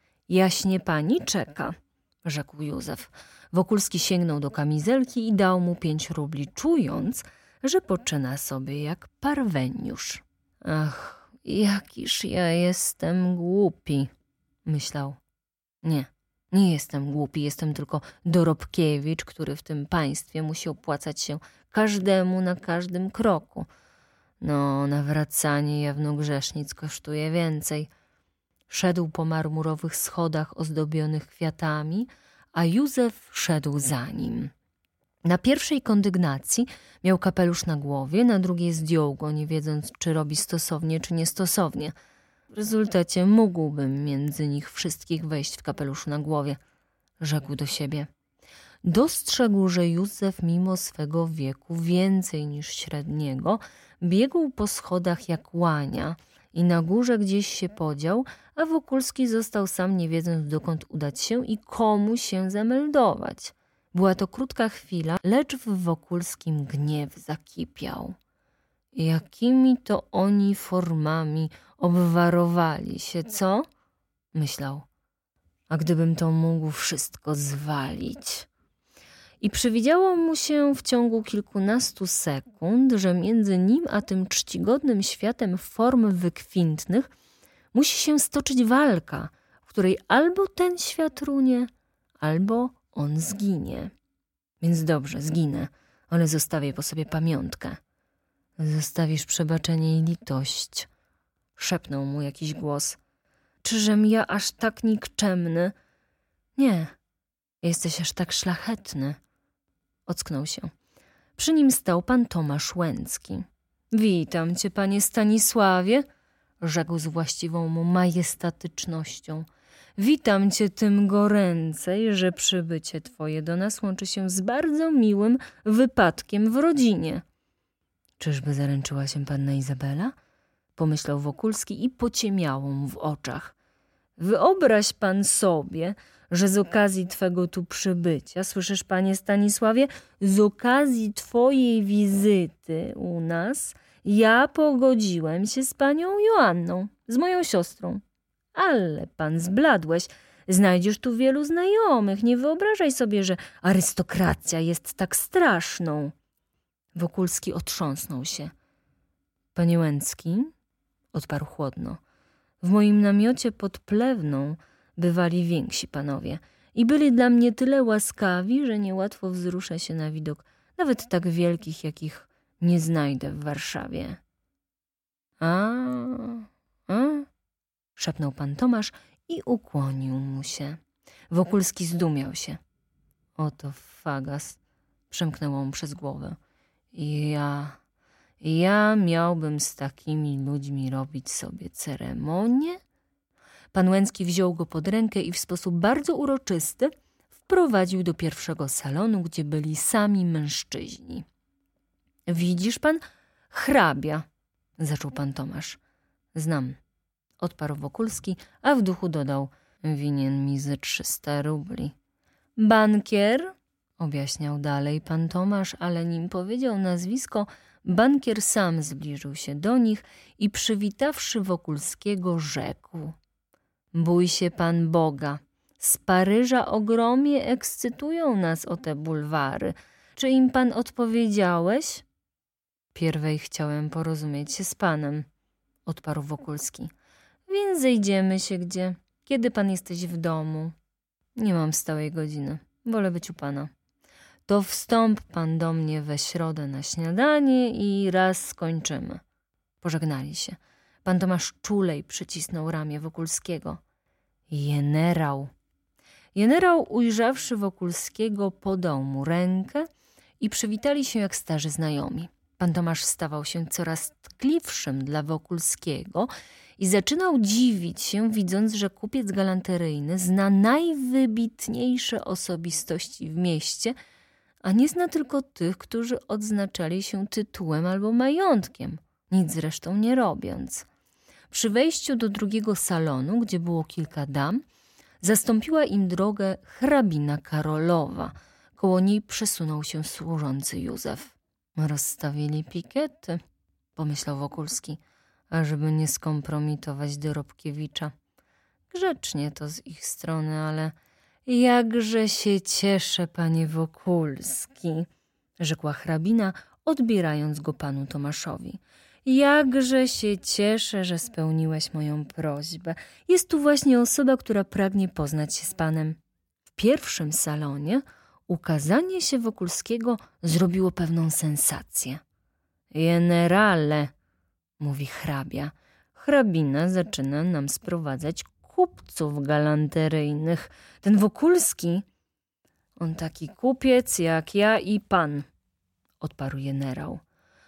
Jaśnie pani czeka, rzekł Józef. Wokulski sięgnął do kamizelki i dał mu pięć rubli, czując, że poczyna sobie jak parweniusz. Ach, jakiż ja jestem głupi, myślał. Nie, nie jestem głupi, jestem tylko dorobkiewicz, który w tym państwie musi opłacać się każdemu na każdym kroku. No, nawracanie jawnogrzesznic kosztuje więcej. Szedł po marmurowych schodach ozdobionych kwiatami, a Józef szedł za nim. Na pierwszej kondygnacji miał kapelusz na głowie, na drugiej zdjął go, nie wiedząc, czy robi stosownie, czy niestosownie. W rezultacie mógłbym między nich wszystkich wejść w kapeluszu na głowie, rzekł do siebie. Dostrzegł, że Józef mimo swego wieku więcej niż średniego biegł po schodach jak łania i na górze gdzieś się podział, a Wokulski został sam, nie wiedząc dokąd udać się i komu się zameldować. Była to krótka chwila, lecz w Wokulskim gniew zakipiał. Jakimi to oni formami obwarowali się, co? Myślał. A gdybym to mógł wszystko zwalić. I przywidziało mu się w ciągu kilkunastu sekund, że między nim a tym czcigodnym światem form wykwintnych musi się stoczyć walka, w której albo ten świat runie, albo on zginie. Więc dobrze, zginę, ale zostawię po sobie pamiątkę. Zostawisz przebaczenie i litość, szepnął mu jakiś głos. Czyżem ja aż tak nikczemny? Nie, jesteś aż tak szlachetny. Ocknął się. Przy nim stał pan Tomasz Łęcki. Witam cię, panie Stanisławie, rzekł z właściwą mu majestatycznością. Witam cię tym goręcej, że przybycie twoje do nas łączy się z bardzo miłym wypadkiem w rodzinie. Czyżby zaręczyła się panna Izabela? Pomyślał Wokulski i pociemiało mu w oczach. Wyobraź pan sobie, że z okazji twego tu przybycia, słyszysz, panie Stanisławie, z okazji twojej wizyty u nas, ja pogodziłem się z panią Joanną, z moją siostrą. Ale pan zbladłeś, znajdziesz tu wielu znajomych, nie wyobrażaj sobie, że arystokracja jest tak straszną. Wokulski otrząsnął się. Panie Łęcki, odparł chłodno, w moim namiocie pod Plewną bywali więksi panowie. i byli dla mnie tyle łaskawi, że niełatwo wzruszę się na widok nawet tak wielkich, jakich nie znajdę w Warszawie. A, a, szepnął pan Tomasz i ukłonił mu się. Wokulski zdumiał się. Oto fagas, przemknęło mu przez głowę. Ja, ja miałbym z takimi ludźmi robić sobie ceremonię? Pan Łęcki wziął go pod rękę i w sposób bardzo uroczysty wprowadził do pierwszego salonu, gdzie byli sami mężczyźni. Widzisz pan, hrabia, zaczął pan Tomasz. Znam, odparł Wokulski, a w duchu dodał, winien mi ze trzysta rubli. Bankier, objaśniał dalej pan Tomasz, ale nim powiedział nazwisko, bankier sam zbliżył się do nich i przywitawszy Wokulskiego rzekł. Bój się pan Boga, z Paryża ogromnie ekscytują nas o te bulwary. Czy im pan odpowiedziałeś? Pierwej chciałem porozumieć się z panem, odparł Wokulski. Więc zejdziemy się gdzie, kiedy pan jesteś w domu. Nie mam stałej godziny, wolę być u pana. To wstąp pan do mnie we środę na śniadanie i raz skończymy. Pożegnali się. Pan Tomasz czulej przycisnął ramię Wokulskiego. Jenerał. Jenerał, ujrzawszy Wokulskiego, podał mu rękę i przywitali się jak starzy znajomi. Pan Tomasz stawał się coraz tkliwszym dla Wokulskiego i zaczynał dziwić się, widząc, że kupiec galanteryjny zna najwybitniejsze osobistości w mieście, a nie zna tylko tych, którzy odznaczali się tytułem albo majątkiem, nic zresztą nie robiąc. Przy wejściu do drugiego salonu, gdzie było kilka dam, zastąpiła im drogę hrabina Karolowa. Koło niej przesunął się służący Józef. Rozstawili pikiety, pomyślał Wokulski, ażeby nie skompromitować Dorobkiewicza. Grzecznie to z ich strony, ale jakże się cieszę, panie Wokulski, rzekła hrabina, odbierając go panu Tomaszowi. Jakże się cieszę, że spełniłeś moją prośbę. Jest tu właśnie osoba, która pragnie poznać się z panem. W pierwszym salonie ukazanie się Wokulskiego zrobiło pewną sensację. Generale, mówi hrabia, hrabina zaczyna nam sprowadzać kupców galanteryjnych. Ten Wokulski, on taki kupiec jak ja i pan, odparł generał.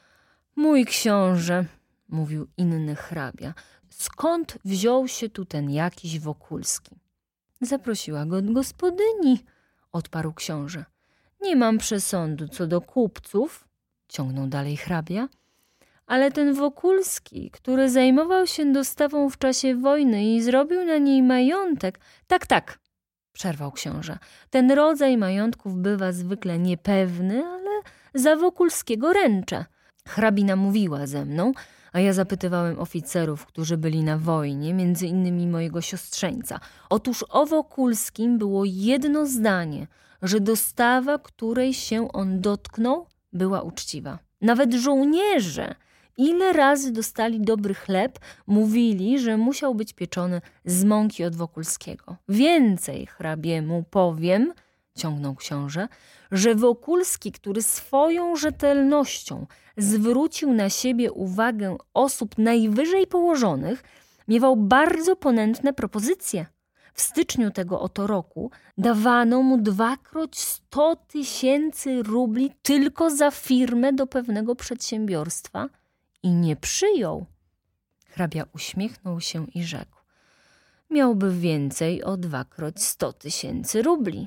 Mój książę, mówił inny hrabia, skąd wziął się tu ten jakiś Wokulski? Zaprosiła go gospodyni, odparł książę. Nie mam przesądu co do kupców, ciągnął dalej hrabia, ale ten Wokulski, który zajmował się dostawą w czasie wojny i zrobił na niej majątek, tak, tak, przerwał książę, ten rodzaj majątków bywa zwykle niepewny, ale za Wokulskiego ręczę. Hrabina mówiła ze mną, a ja zapytywałem oficerów, którzy byli na wojnie, między innymi mojego siostrzeńca. Otóż o Wokulskim było jedno zdanie, że dostawa, której się on dotknął, była uczciwa. Nawet żołnierze, ile razy dostali dobry chleb, mówili, że musiał być pieczony z mąki od Wokulskiego. Więcej hrabiemu powiem, ciągnął książę, że Wokulski, który swoją rzetelnością zwrócił na siebie uwagę osób najwyżej położonych, miewał bardzo ponętne propozycje. W styczniu tego oto roku dawano mu dwakroć sto tysięcy rubli tylko za firmę do pewnego przedsiębiorstwa i nie przyjął. Hrabia uśmiechnął się i rzekł, miałby więcej o dwakroć sto tysięcy rubli.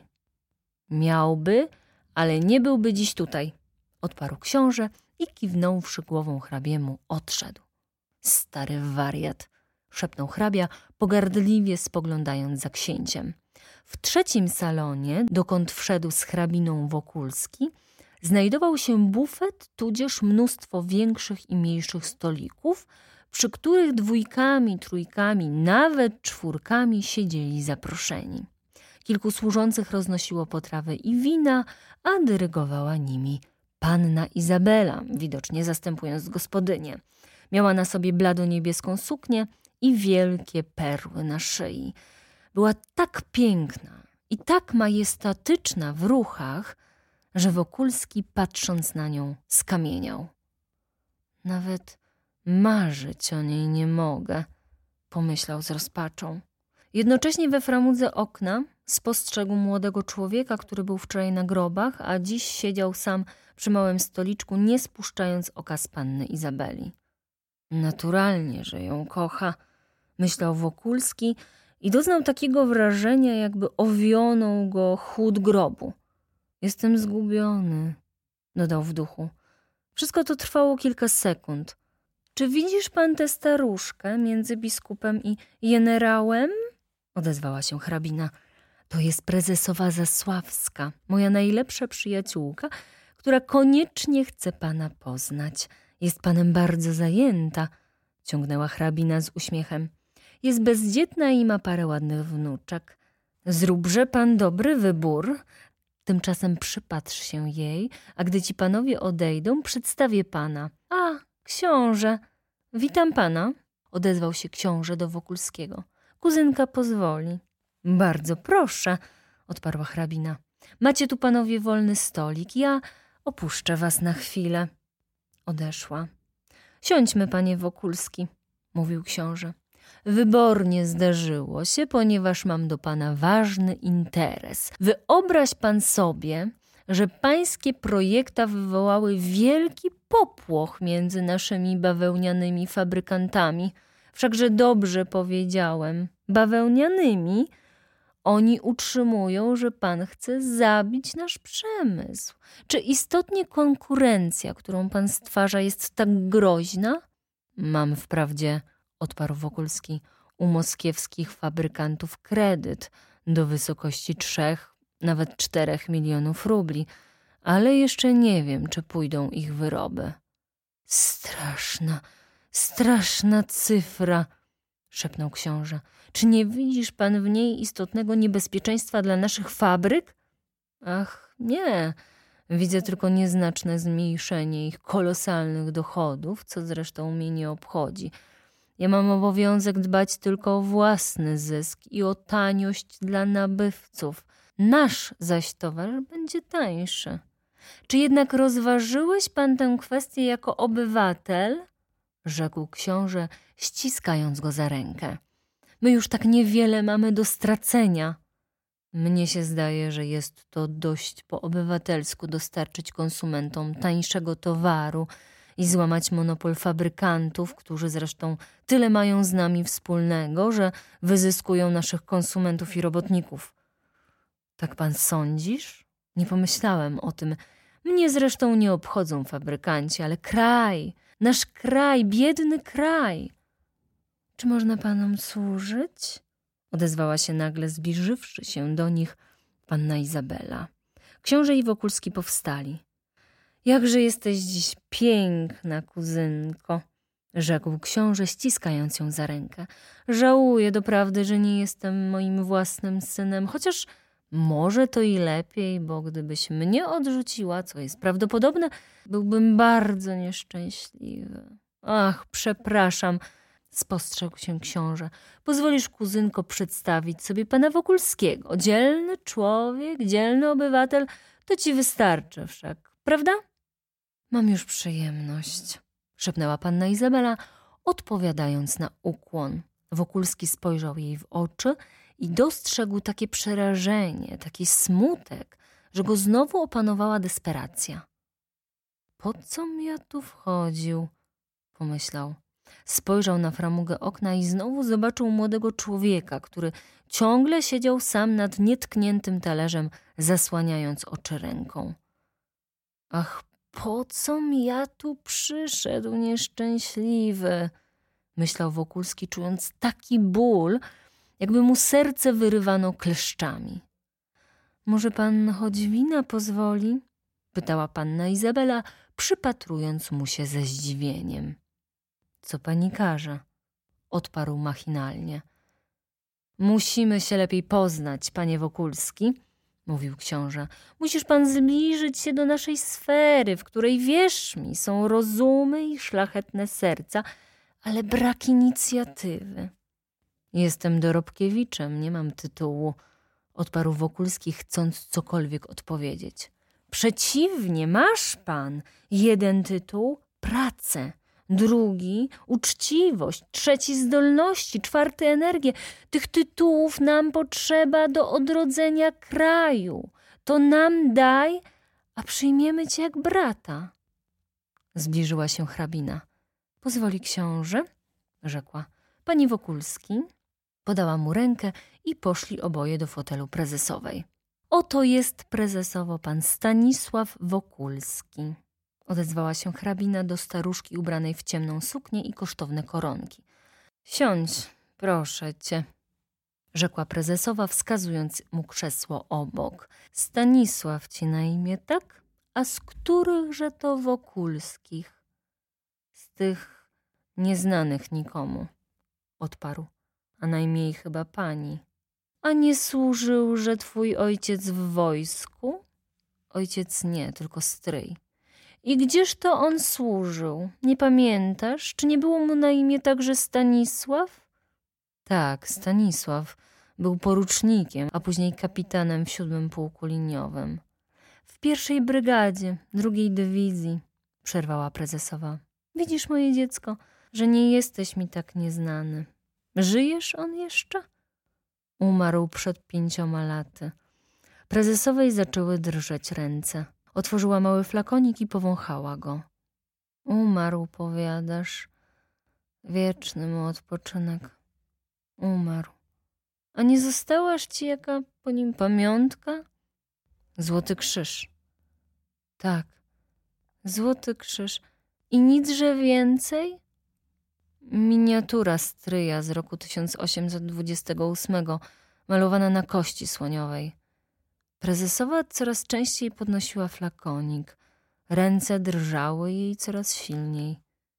Miałby, ale nie byłby dziś tutaj, odparł książę i kiwnąwszy głową hrabiemu odszedł. Stary wariat, szepnął hrabia, pogardliwie spoglądając za księciem. W trzecim salonie, dokąd wszedł z hrabiną Wokulski, znajdował się bufet, tudzież mnóstwo większych i mniejszych stolików, przy których dwójkami, trójkami, nawet czwórkami siedzieli zaproszeni. Kilku służących roznosiło potrawy i wina, a dyrygowała nimi panna Izabela, widocznie zastępując gospodynię. Miała na sobie blado-niebieską suknię i wielkie perły na szyi. Była tak piękna i tak majestatyczna w ruchach, że Wokulski, patrząc na nią, skamieniał. Nawet marzyć o niej nie mogę, pomyślał z rozpaczą. Jednocześnie we framudze okna spostrzegł młodego człowieka, który był wczoraj na grobach, a dziś siedział sam przy małym stoliczku, nie spuszczając oka z panny Izabeli. Naturalnie, że ją kocha, myślał Wokulski i doznał takiego wrażenia, jakby owionął go chłód grobu. Jestem zgubiony, dodał w duchu. Wszystko to trwało kilka sekund. Czy widzisz pan tę staruszkę między biskupem i jenerałem? Odezwała się hrabina. To jest prezesowa Zasławska, moja najlepsza przyjaciółka, która koniecznie chce pana poznać. Jest panem bardzo zajęta, ciągnęła hrabina z uśmiechem. Jest bezdzietna i ma parę ładnych wnuczek. Zróbże pan dobry wybór. Tymczasem przypatrz się jej, a gdy ci panowie odejdą, przedstawię pana. A, książę, witam pana, odezwał się książę do Wokulskiego. Kuzynka pozwoli. Bardzo proszę, odparła hrabina. Macie tu panowie wolny stolik, ja opuszczę was na chwilę. Odeszła. Siądźmy, panie Wokulski, mówił książę. Wybornie zdarzyło się, ponieważ mam do pana ważny interes. Wyobraź pan sobie, że pańskie projekta wywołały wielki popłoch między naszymi bawełnianymi fabrykantami. Wszakże dobrze powiedziałem, bawełnianymi. Oni utrzymują, że pan chce zabić nasz przemysł. Czy istotnie konkurencja, którą pan stwarza, jest tak groźna? Mam wprawdzie, odparł Wokulski, u moskiewskich fabrykantów kredyt do wysokości trzech, nawet czterech milionów rubli, ale jeszcze nie wiem, czy pójdą ich wyroby. Straszna, straszna cyfra, szepnął książę. Czy nie widzisz pan w niej istotnego niebezpieczeństwa dla naszych fabryk? Ach, nie. Widzę tylko nieznaczne zmniejszenie ich kolosalnych dochodów, co zresztą mnie nie obchodzi. Ja mam obowiązek dbać tylko o własny zysk i o taniość dla nabywców. Nasz zaś towar będzie tańszy. Czy jednak rozważyłeś pan tę kwestię jako obywatel? Rzekł książę, ściskając go za rękę. My już tak niewiele mamy do stracenia. Mnie się zdaje, że jest to dość po obywatelsku dostarczyć konsumentom tańszego towaru i złamać monopol fabrykantów, którzy zresztą tyle mają z nami wspólnego, że wyzyskują naszych konsumentów i robotników. Tak pan sądzisz? Nie pomyślałem o tym. Mnie zresztą nie obchodzą fabrykanci, ale kraj, nasz kraj, biedny kraj. Czy można panom służyć? Odezwała się nagle, zbliżywszy się do nich, panna Izabela. Książę i Wokulski powstali. Jakże jesteś dziś piękna, kuzynko, rzekł książę, ściskając ją za rękę. Żałuję doprawdy, że nie jestem moim własnym synem, chociaż może to i lepiej, bo gdybyś mnie odrzuciła, co jest prawdopodobne, byłbym bardzo nieszczęśliwy. Ach, przepraszam, spostrzegł się książę. Pozwolisz, kuzynko, przedstawić sobie pana Wokulskiego. Dzielny człowiek, dzielny obywatel, to ci wystarczy wszak, prawda? Mam już przyjemność, szepnęła panna Izabela, odpowiadając na ukłon. Wokulski spojrzał jej w oczy i dostrzegł takie przerażenie, taki smutek, że go znowu opanowała desperacja. Po com ja tu wchodził? Pomyślał. Spojrzał na framugę okna i znowu zobaczył młodego człowieka, który ciągle siedział sam nad nietkniętym talerzem, zasłaniając oczy ręką. Ach, po com ja tu przyszedł, nieszczęśliwy? Myślał Wokulski, czując taki ból, jakby mu serce wyrywano kleszczami. Może pan choć wina pozwoli? Pytała panna Izabela, przypatrując mu się ze zdziwieniem. Co pani każe? Odparł machinalnie. Musimy się lepiej poznać, panie Wokulski, mówił książę. Musisz pan zbliżyć się do naszej sfery, w której, wierz mi, są rozumy i szlachetne serca, ale brak inicjatywy. Jestem dorobkiewiczem, nie mam tytułu, odparł Wokulski, chcąc cokolwiek odpowiedzieć. Przeciwnie, masz pan jeden tytuł – pracę, drugi – uczciwość, trzeci – zdolności, czwarty – energię. Tych tytułów nam potrzeba do odrodzenia kraju. To nam daj, a przyjmiemy cię jak brata. Zbliżyła się hrabina. Pozwoli książę, rzekła. Pani Wokulski podała mu rękę i poszli oboje do fotelu prezesowej. Oto jest prezesowo pan Stanisław Wokulski, odezwała się hrabina do staruszki ubranej w ciemną suknię i kosztowne koronki. Siądź, proszę cię, rzekła prezesowa, wskazując mu krzesło obok. Stanisław ci na imię, tak? A z którychże to Wokulskich? Z tych nieznanych nikomu, odparł, a najmniej chyba pani. A nie służyłże twój ojciec w wojsku? Ojciec nie, tylko stryj. I gdzież to on służył? Nie pamiętasz? Czy nie było mu na imię także Stanisław? Tak, Stanisław. Był porucznikiem, a później kapitanem w siódmym pułku liniowym. W pierwszej brygadzie, drugiej dywizji, przerwała prezesowa. Widzisz, moje dziecko, że nie jesteś mi tak nieznany. Żyjesz on jeszcze? Umarł przed pięcioma laty. Prezesowej zaczęły drżeć ręce. Otworzyła mały flakonik i powąchała go. Umarł, powiadasz. Wieczny mu odpoczynek. Umarł. A nie zostałaż ci jaka po nim pamiątka? Złoty krzyż. Tak, złoty krzyż. I nicże więcej? Miniatura stryja z roku tysiąc osiemset dwudziestego ósmego, malowana na kości słoniowej. Prezesowa coraz częściej podnosiła flakonik. Ręce drżały jej coraz silniej.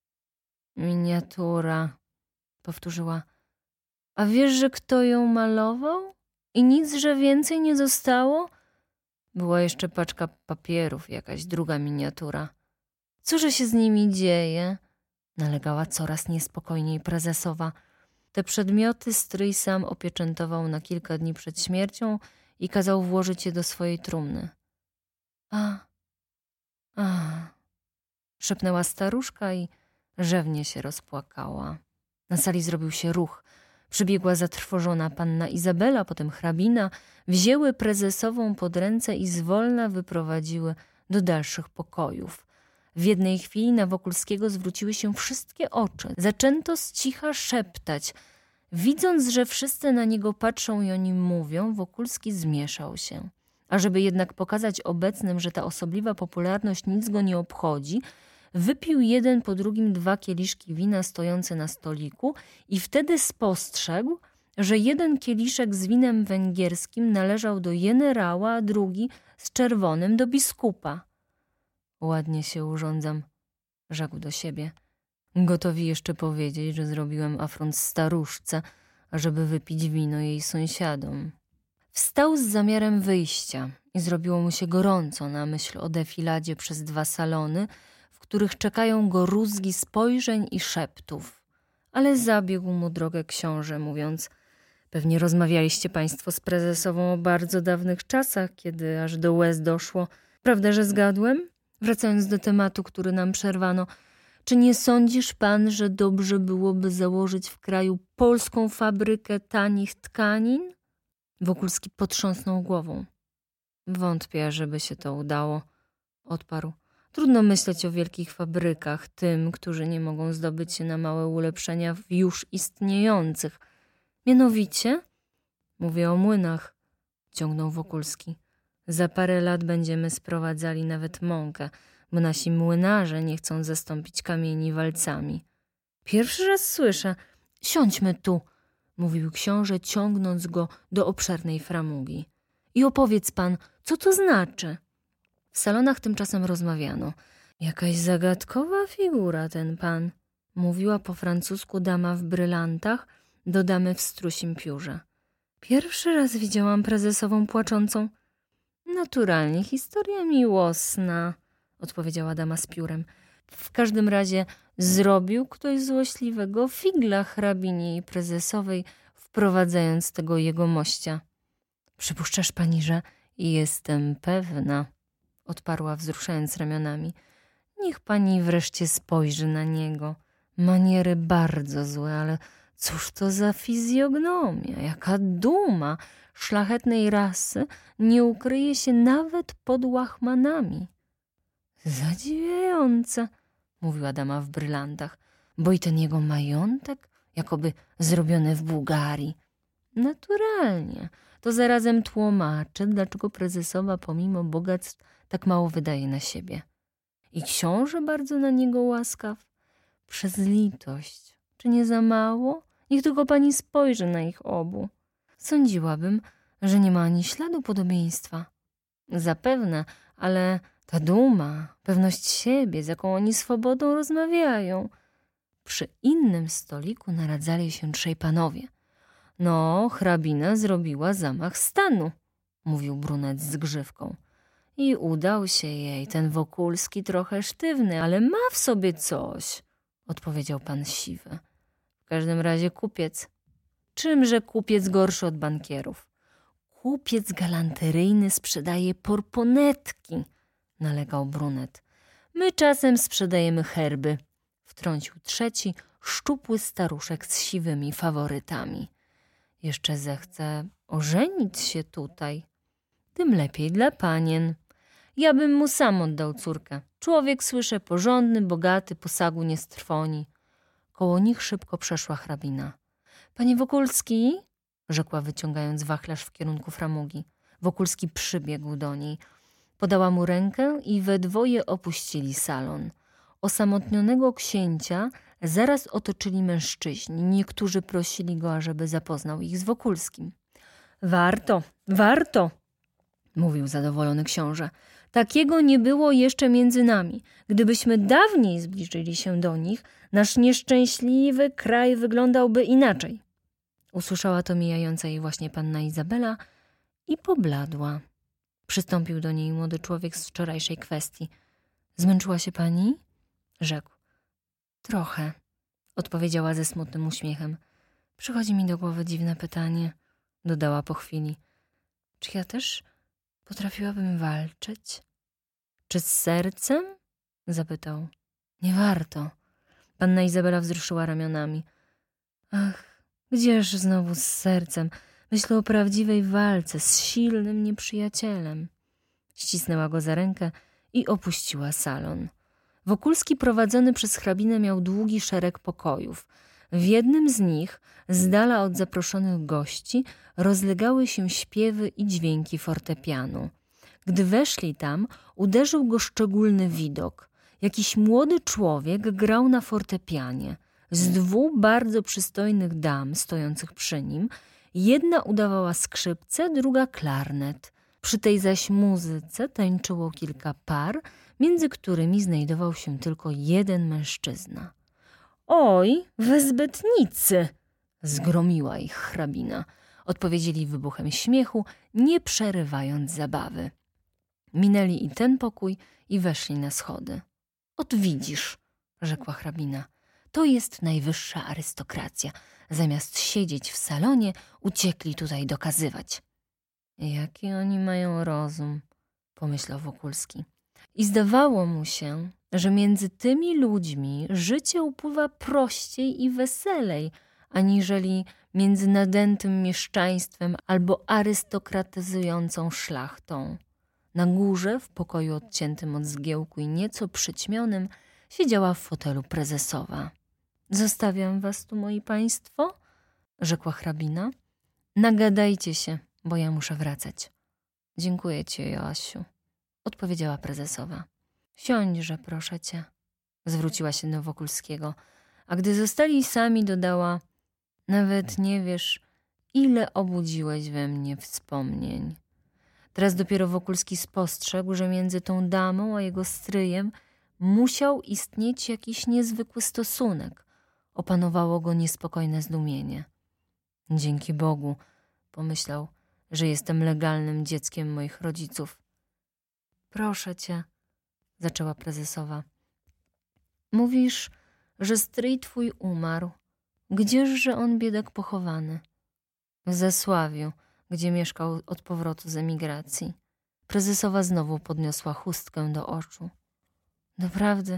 Miniatura, powtórzyła. A wiesz, że kto ją malował? I nic, że więcej nie zostało? Była jeszcze paczka papierów, jakaś druga miniatura. Cóże się z nimi dzieje? Nalegała coraz niespokojniej prezesowa. Te przedmioty stryj sam opieczętował na kilka dni przed śmiercią i kazał włożyć je do swojej trumny. A, a, szepnęła staruszka i rzewnie się rozpłakała. Na sali zrobił się ruch. Przybiegła zatrwożona panna Izabela, potem hrabina, wzięły prezesową pod ręce i zwolna wyprowadziły do dalszych pokojów. W jednej chwili na Wokulskiego zwróciły się wszystkie oczy. Zaczęto z cicha szeptać. Widząc, że wszyscy na niego patrzą i o nim mówią, Wokulski zmieszał się. A żeby jednak pokazać obecnym, że ta osobliwa popularność nic go nie obchodzi, wypił jeden po drugim dwa kieliszki wina stojące na stoliku i wtedy spostrzegł, że jeden kieliszek z winem węgierskim należał do jenerała, a drugi z czerwonym do biskupa. Ładnie się urządzam, rzekł do siebie. Gotowi jeszcze powiedzieć, że zrobiłem afront staruszce, ażeby wypić wino jej sąsiadom. Wstał z zamiarem wyjścia i zrobiło mu się gorąco na myśl o defiladzie przez dwa salony, w których czekają go rózgi spojrzeń i szeptów. Ale zabiegł mu drogę książę, mówiąc: pewnie rozmawialiście państwo z prezesową o bardzo dawnych czasach, kiedy aż do łez doszło. Prawda, że zgadłem? Wracając do tematu, który nam przerwano, czy nie sądzisz pan, że dobrze byłoby założyć w kraju polską fabrykę tanich tkanin? Wokulski potrząsnął głową. Wątpię, żeby się to udało, odparł. Trudno myśleć o wielkich fabrykach tym, którzy nie mogą zdobyć się na małe ulepszenia w już istniejących. Mianowicie, mówię o młynach, ciągnął Wokulski. Za parę lat będziemy sprowadzali nawet mąkę, bo nasi młynarze nie chcą zastąpić kamieni walcami. Pierwszy raz słyszę. Siądźmy tu, mówił książę, ciągnąc go do obszernej framugi. I opowiedz pan, co to znaczy? W salonach tymczasem rozmawiano. Jakaś zagadkowa figura ten pan, mówiła po francusku dama w brylantach do damy w strusim piórze. Pierwszy raz widziałam prezesową płaczącą. Naturalnie, historia miłosna, odpowiedziała dama z piórem. W każdym razie zrobił ktoś złośliwego figla hrabinie i prezesowej, wprowadzając tego jego mościa. Przypuszczasz pani, że... Jestem pewna, odparła wzruszając ramionami. Niech pani wreszcie spojrzy na niego. Maniery bardzo złe, ale cóż to za fizjognomia, jaka duma szlachetnej rasy nie ukryje się nawet pod łachmanami. Zadziwiające, mówiła dama w brylantach, bo i ten jego majątek, jakoby zrobiony w Bułgarii. Naturalnie, to zarazem tłumaczy, dlaczego prezesowa pomimo bogactw tak mało wydaje na siebie. I książę bardzo na niego łaskaw. Przez litość, czy nie za mało? Niech tylko pani spojrzy na ich obu. Sądziłabym, że nie ma ani śladu podobieństwa. Zapewne, ale ta duma, pewność siebie, z jaką oni swobodą rozmawiają. Przy innym stoliku naradzali się trzej panowie. No, hrabina zrobiła zamach stanu, mówił brunet z grzywką. I udał się jej ten Wokulski trochę sztywny, ale ma w sobie coś, odpowiedział pan siwy. W każdym razie kupiec. Czymże kupiec gorszy od bankierów? Kupiec galanteryjny sprzedaje porponetki, nalegał brunet. My czasem sprzedajemy herby, wtrącił trzeci, szczupły staruszek z siwymi faworytami. Jeszcze zechce ożenić się tutaj. Tym lepiej dla panien. Ja bym mu sam oddał córkę. Człowiek, słyszę, porządny, bogaty, posagu nie strwoni. Koło nich szybko przeszła hrabina. Panie Wokulski, rzekła wyciągając wachlarz w kierunku framugi. Wokulski przybiegł do niej. Podała mu rękę i we dwoje opuścili salon. Osamotnionego księcia zaraz otoczyli mężczyźni. Niektórzy prosili go, ażeby zapoznał ich z Wokulskim. Warto, warto, mówił zadowolony książę. Takiego nie było jeszcze między nami. Gdybyśmy dawniej zbliżyli się do nich, nasz nieszczęśliwy kraj wyglądałby inaczej. Usłyszała to mijająca jej właśnie panna Izabela i pobladła. Przystąpił do niej młody człowiek z wczorajszej kwestii. Zmęczyła się pani? Rzekł. Trochę, odpowiedziała ze smutnym uśmiechem. Przychodzi mi do głowy dziwne pytanie, dodała po chwili. Czy ja też potrafiłabym walczyć? Czy z sercem? Zapytał. Nie warto. Panna Izabela wzruszyła ramionami. Ach, gdzież znowu z sercem? Myślę o prawdziwej walce z silnym nieprzyjacielem. Ścisnęła go za rękę i opuściła salon. Wokulski prowadzony przez hrabinę miał długi szereg pokojów. W jednym z nich, z dala od zaproszonych gości, rozlegały się śpiewy i dźwięki fortepianu. Gdy weszli tam, uderzył go szczególny widok. Jakiś młody człowiek grał na fortepianie. Z dwóch bardzo przystojnych dam stojących przy nim, jedna udawała skrzypce, druga klarnet. Przy tej zaś muzyce tańczyło kilka par, między którymi znajdował się tylko jeden mężczyzna. Oj, wezbytnicy! Zgromiła ich hrabina. Odpowiedzieli wybuchem śmiechu, nie przerywając zabawy. Minęli i ten pokój i weszli na schody. Ot widzisz, rzekła hrabina, to jest najwyższa arystokracja. Zamiast siedzieć w salonie, uciekli tutaj dokazywać. Jaki oni mają rozum, pomyślał Wokulski. I zdawało mu się, że między tymi ludźmi życie upływa prościej i weselej, aniżeli między nadętym mieszczaństwem albo arystokratyzującą szlachtą. Na górze, w pokoju odciętym od zgiełku i nieco przyćmionym, siedziała w fotelu prezesowa. Zostawiam was tu, moi państwo, rzekła hrabina. Nagadajcie się, bo ja muszę wracać. Dziękuję ci, Joasiu, odpowiedziała prezesowa. Siądźże, proszę cię, zwróciła się do Wokulskiego, a gdy zostali sami dodała, nawet nie wiesz, ile obudziłeś we mnie wspomnień. Teraz dopiero Wokulski spostrzegł, że między tą damą a jego stryjem musiał istnieć jakiś niezwykły stosunek. Opanowało go niespokojne zdumienie. Dzięki Bogu, pomyślał, że jestem legalnym dzieckiem moich rodziców. Proszę cię, zaczęła prezesowa. Mówisz, że stryj twój umarł. Gdzieżże on, biedak, pochowany? W Zasławiu, gdzie mieszkał od powrotu z emigracji. Prezesowa znowu podniosła chustkę do oczu. Naprawdę?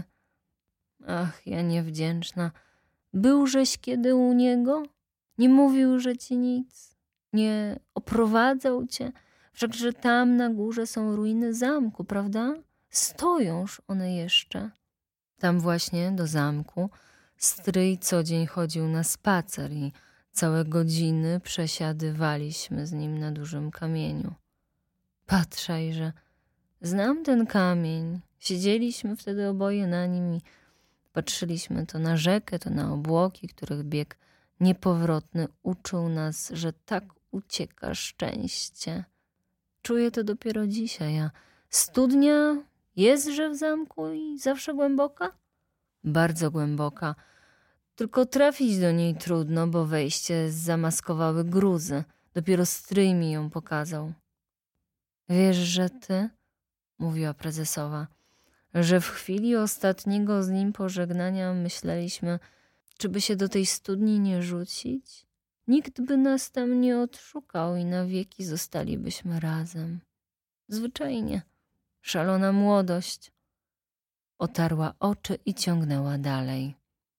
Ach, ja niewdzięczna. Byłżeś kiedy u niego? Nie mówił, że ci nic? Nie oprowadzał cię? Wszakże tam na górze są ruiny zamku, prawda? Stojąż one jeszcze. Tam właśnie do zamku stryj co dzień chodził na spacer i całe godziny przesiadywaliśmy z nim na dużym kamieniu. Patrzaj, że znam ten kamień. Siedzieliśmy wtedy oboje na nim i patrzyliśmy to na rzekę, to na obłoki, których bieg niepowrotny uczył nas, że tak ucieka szczęście. Czuję to dopiero dzisiaj, a studnia jestże w zamku i zawsze głęboka? Bardzo głęboka. Tylko trafić do niej trudno, bo wejście zamaskowały gruzy. Dopiero stryj mi ją pokazał. Wiesz, że ty, mówiła prezesowa, że w chwili ostatniego z nim pożegnania myśleliśmy, czy by się do tej studni nie rzucić? Nikt by nas tam nie odszukał i na wieki zostalibyśmy razem. Zwyczajnie. Szalona młodość. Otarła oczy i ciągnęła dalej.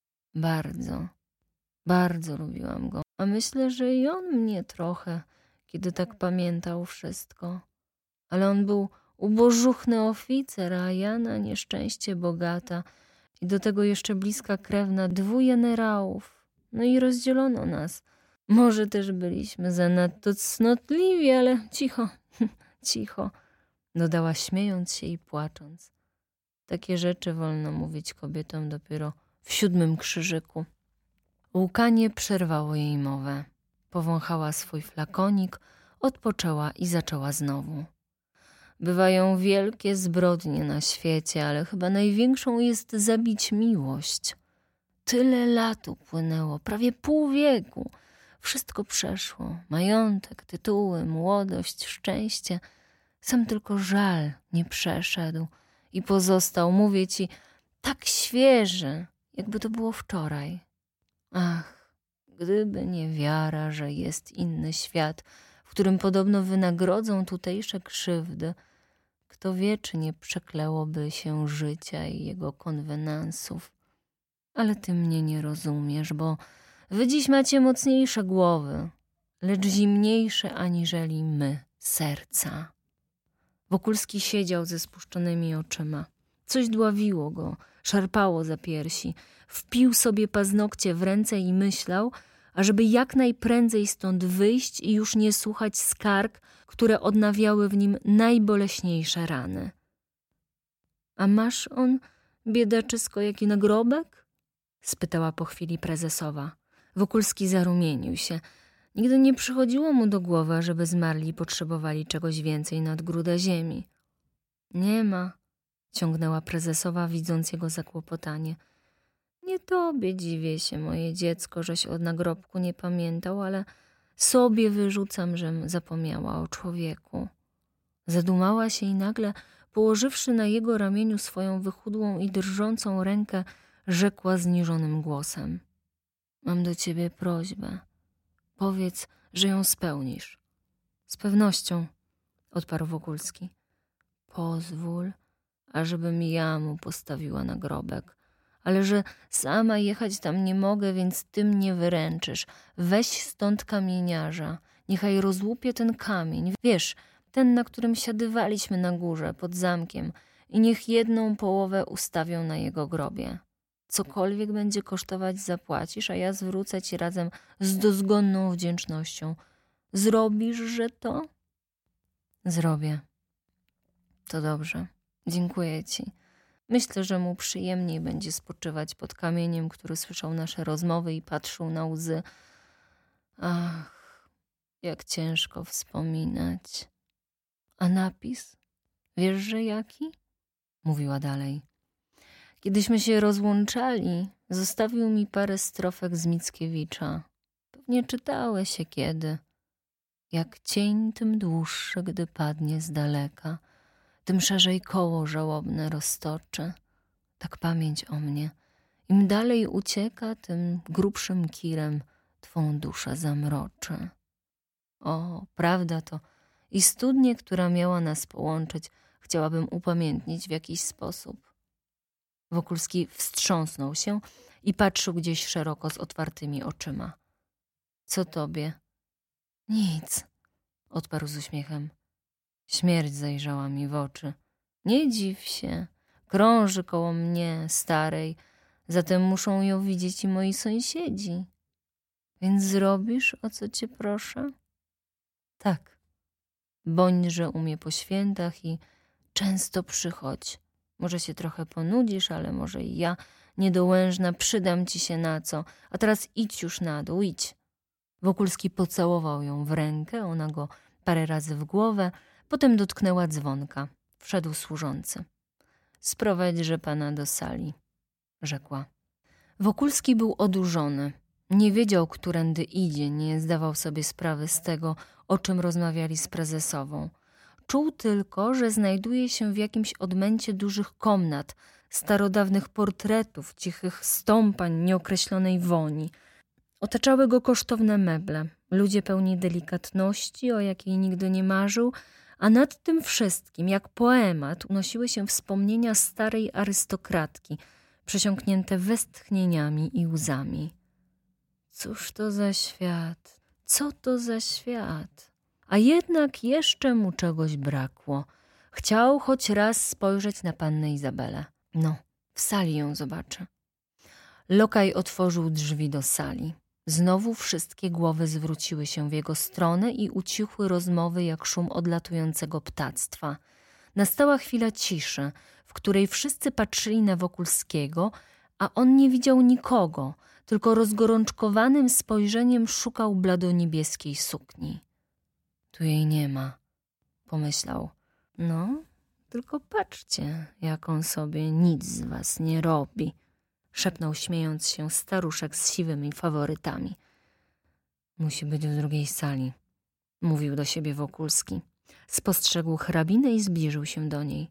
Bardzo, bardzo lubiłam go. A myślę, że i on mnie trochę, kiedy tak pamiętał wszystko. Ale on był ubożuchny oficer, a ja na nieszczęście bogata i do tego jeszcze bliska krewna dwóch generałów. No i rozdzielono nas. Może też byliśmy zanadto cnotliwi, ale cicho, cicho, dodała śmiejąc się i płacząc. Takie rzeczy wolno mówić kobietom dopiero w siódmym krzyżyku. Łkanie przerwało jej mowę. Powąchała swój flakonik, odpoczęła i zaczęła znowu. Bywają wielkie zbrodnie na świecie, ale chyba największą jest zabić miłość. Tyle lat upłynęło, prawie pół wieku. Wszystko przeszło. Majątek, tytuły, młodość, szczęście. Sam tylko żal nie przeszedł i pozostał, mówię ci, tak świeży, jakby to było wczoraj. Ach, gdyby nie wiara, że jest inny świat, w którym podobno wynagrodzą tutejsze krzywdy, kto wie, czy nie przeklełoby się życia i jego konwenansów. Ale ty mnie nie rozumiesz, bo wy dziś macie mocniejsze głowy, lecz zimniejsze aniżeli my serca. Wokulski siedział ze spuszczonymi oczyma. Coś dławiło go, szarpało za piersi. Wpił sobie paznokcie w ręce i myślał, ażeby jak najprędzej stąd wyjść i już nie słuchać skarg, które odnawiały w nim najboleśniejsze rany. A masz on, biedaczysko, jaki nagrobek? Spytała po chwili prezesowa. Wokulski zarumienił się. Nigdy nie przychodziło mu do głowy, żeby zmarli potrzebowali czegoś więcej nad grudę ziemi. Nie ma, ciągnęła prezesowa, widząc jego zakłopotanie. Nie tobie dziwię się, moje dziecko, żeś o nagrobku nie pamiętał, ale sobie wyrzucam, żem zapomniała o człowieku. Zadumała się i nagle, położywszy na jego ramieniu swoją wychudłą i drżącą rękę, rzekła zniżonym głosem. Mam do ciebie prośbę. Powiedz, że ją spełnisz. Z pewnością, odparł Wokulski. Pozwól, ażebym ja mu postawiła nagrobek. Ale że sama jechać tam nie mogę, więc ty mnie wyręczysz. Weź stąd kamieniarza. Niechaj rozłupie ten kamień. Wiesz, ten, na którym siadywaliśmy na górze, pod zamkiem. I niech jedną połowę ustawią na jego grobie. Cokolwiek będzie kosztować, zapłacisz, a ja zwrócę ci razem z dozgonną wdzięcznością. Zrobisz, że to? Zrobię. To dobrze. Dziękuję ci. Myślę, że mu przyjemniej będzie spoczywać pod kamieniem, który słyszał nasze rozmowy i patrzył na łzy. Ach, jak ciężko wspominać. A napis? Wiesz, że jaki? Mówiła dalej. Kiedyśmy się rozłączali, zostawił mi parę strofek z Mickiewicza. Pewnie czytałeś się kiedy. Jak cień, tym dłuższy, gdy padnie z daleka, tym szerzej koło żałobne roztoczy. Tak pamięć o mnie. Im dalej ucieka, tym grubszym kirem twą duszę zamroczy. O, prawda to. I studnię, która miała nas połączyć, chciałabym upamiętnić w jakiś sposób. Wokulski wstrząsnął się i patrzył gdzieś szeroko z otwartymi oczyma. Co tobie? Nic, odparł z uśmiechem. Śmierć zajrzała mi w oczy. Nie dziw się, krąży koło mnie, starej, zatem muszą ją widzieć i moi sąsiedzi. Więc zrobisz, o co cię proszę? Tak. Bądźże u mnie po świętach i często przychodź. Może się trochę ponudzisz, ale może i ja, niedołężna, przydam ci się na co. A teraz idź już na dół, idź. Wokulski pocałował ją w rękę, ona go parę razy w głowę, potem dotknęła dzwonka. Wszedł służący. Sprowadźże pana do sali, rzekła. Wokulski był odurzony. Nie wiedział, którędy idzie, nie zdawał sobie sprawy z tego, o czym rozmawiali z prezesową. Czuł tylko, że znajduje się w jakimś odmęcie dużych komnat, starodawnych portretów, cichych stąpań, nieokreślonej woni. Otaczały go kosztowne meble, ludzie pełni delikatności, o jakiej nigdy nie marzył, a nad tym wszystkim, jak poemat, unosiły się wspomnienia starej arystokratki, przesiąknięte westchnieniami i łzami. Cóż to za świat? Co to za świat? A jednak jeszcze mu czegoś brakło. Chciał choć raz spojrzeć na pannę Izabelę. No, w sali ją zobaczy. Lokaj otworzył drzwi do sali. Znowu wszystkie głowy zwróciły się w jego stronę i ucichły rozmowy jak szum odlatującego ptactwa. Nastała chwila ciszy, w której wszyscy patrzyli na Wokulskiego, a on nie widział nikogo, tylko rozgorączkowanym spojrzeniem szukał bladoniebieskiej sukni. Tu jej nie ma, pomyślał. No, tylko patrzcie, jak on sobie nic z was nie robi, szepnął śmiejąc się staruszek z siwymi faworytami. Musi być w drugiej sali, mówił do siebie Wokulski. Spostrzegł hrabinę i zbliżył się do niej.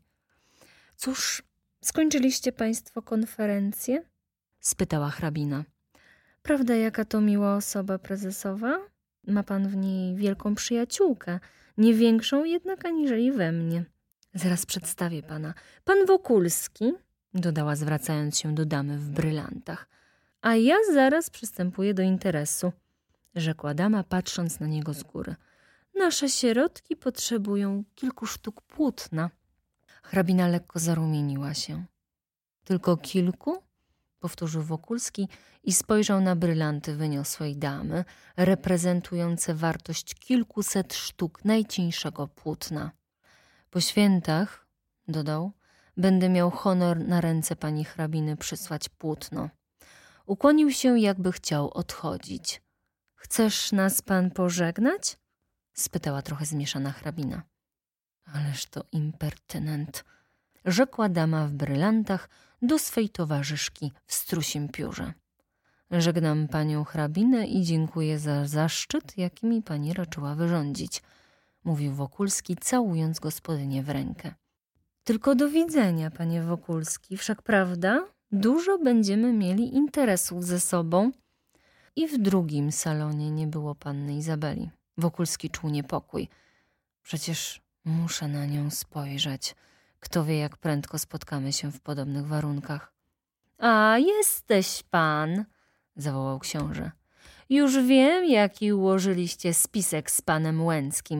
Cóż, skończyliście państwo konferencję? Spytała hrabina. Prawda, jaka to miła osoba prezesowa? Ma pan w niej wielką przyjaciółkę, nie większą jednak aniżeli we mnie. Zaraz przedstawię pana. Pan Wokulski, dodała zwracając się do damy w brylantach. A ja zaraz przystępuję do interesu, rzekła dama, patrząc na niego z góry. Nasze sierotki potrzebują kilku sztuk płótna. Hrabina lekko zarumieniła się. Tylko kilku? Powtórzył Wokulski i spojrzał na brylanty wyniosłej damy, reprezentujące wartość kilkuset sztuk najcieńszego płótna. Po świętach, dodał, będę miał honor na ręce pani hrabiny przysłać płótno. Ukłonił się, jakby chciał odchodzić. Chcesz nas pan pożegnać? Spytała trochę zmieszana hrabina. Ależ to impertynent, rzekła dama w brylantach do swej towarzyszki w strusim piórze. Żegnam panią hrabinę i dziękuję za zaszczyt, jaki mi pani raczyła wyrządzić, mówił Wokulski, całując gospodynię w rękę. Tylko do widzenia, panie Wokulski, wszak prawda, dużo będziemy mieli interesów ze sobą. I w drugim salonie nie było panny Izabeli. Wokulski czuł niepokój. Przecież muszę na nią spojrzeć. Kto wie, jak prędko spotkamy się w podobnych warunkach. A, jesteś pan, zawołał książę. Już wiem, jaki ułożyliście spisek z panem Łęckim.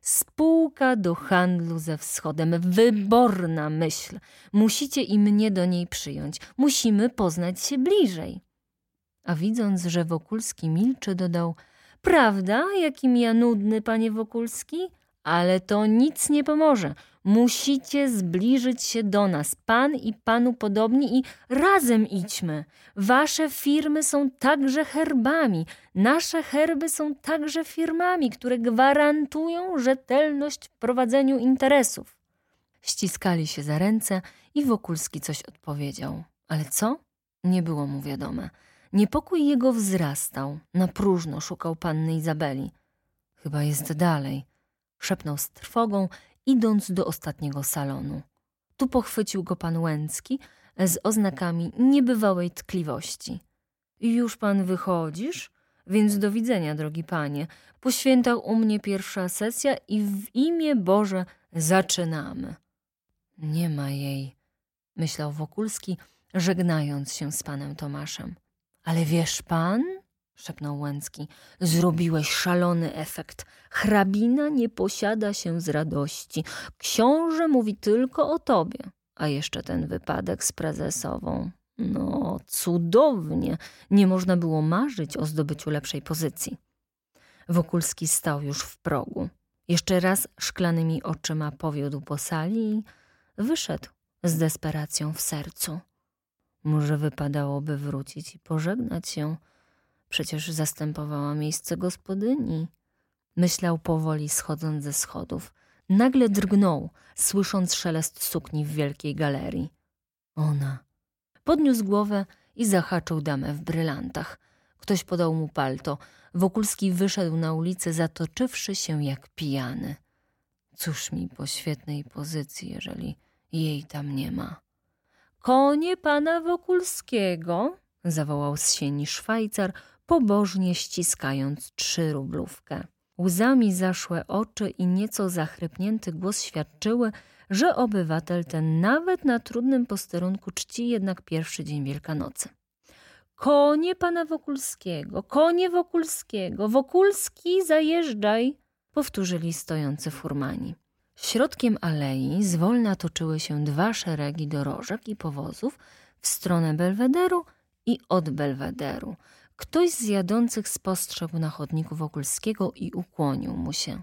Spółka do handlu ze wschodem. Wyborna myśl. Musicie i mnie do niej przyjąć. Musimy poznać się bliżej. A widząc, że Wokulski milczy, dodał: Prawda, jakim ja nudny, panie Wokulski? Ale to nic nie pomoże. Musicie zbliżyć się do nas, pan i panu podobni, i razem idźmy. Wasze firmy są także herbami, nasze herby są także firmami, które gwarantują rzetelność w prowadzeniu interesów. Ściskali się za ręce i Wokulski coś odpowiedział. Ale co? Nie było mu wiadome. Niepokój jego wzrastał, na próżno szukał panny Izabeli. Chyba jest dalej, szepnął z trwogą, idąc do ostatniego salonu. Tu pochwycił go pan Łęcki z oznakami niebywałej tkliwości. Już pan wychodzisz? więc do widzenia, drogi panie. Po świętach u mnie pierwsza sesja i w imię Boże zaczynamy. Nie ma jej, myślał Wokulski, żegnając się z panem Tomaszem. Ale wiesz pan, szepnął Łęcki, zrobiłeś szalony efekt. Hrabina nie posiada się z radości. Książę mówi tylko o tobie. A jeszcze ten wypadek z prezesową. No, cudownie. Nie można było marzyć o zdobyciu lepszej pozycji. Wokulski stał już w progu. Jeszcze raz szklanymi oczyma powiódł po sali i wyszedł z desperacją w sercu. Może wypadałoby wrócić i pożegnać się. Przecież zastępowała miejsce gospodyni. Myślał powoli, schodząc ze schodów. Nagle drgnął, słysząc szelest sukni w wielkiej galerii. Ona. Podniósł głowę i zahaczył damę w brylantach. Ktoś podał mu palto. Wokulski wyszedł na ulicę, zatoczywszy się jak pijany. Cóż mi po świetnej pozycji, jeżeli jej tam nie ma. Konie pana Wokulskiego, zawołał z sieni Szwajcar, pobożnie ściskając trzyrublówkę. Łzami zaszłe oczy i nieco zachrypnięty głos świadczyły, że obywatel ten nawet na trudnym posterunku czci jednak pierwszy dzień Wielkanocy. Konie pana Wokulskiego, konie Wokulskiego, Wokulski, zajeżdżaj, powtórzyli stojący furmani. Środkiem alei zwolna toczyły się dwa szeregi dorożek i powozów w stronę Belwederu i od Belwederu. Ktoś z jadących spostrzegł na chodniku Wokulskiego i ukłonił mu się.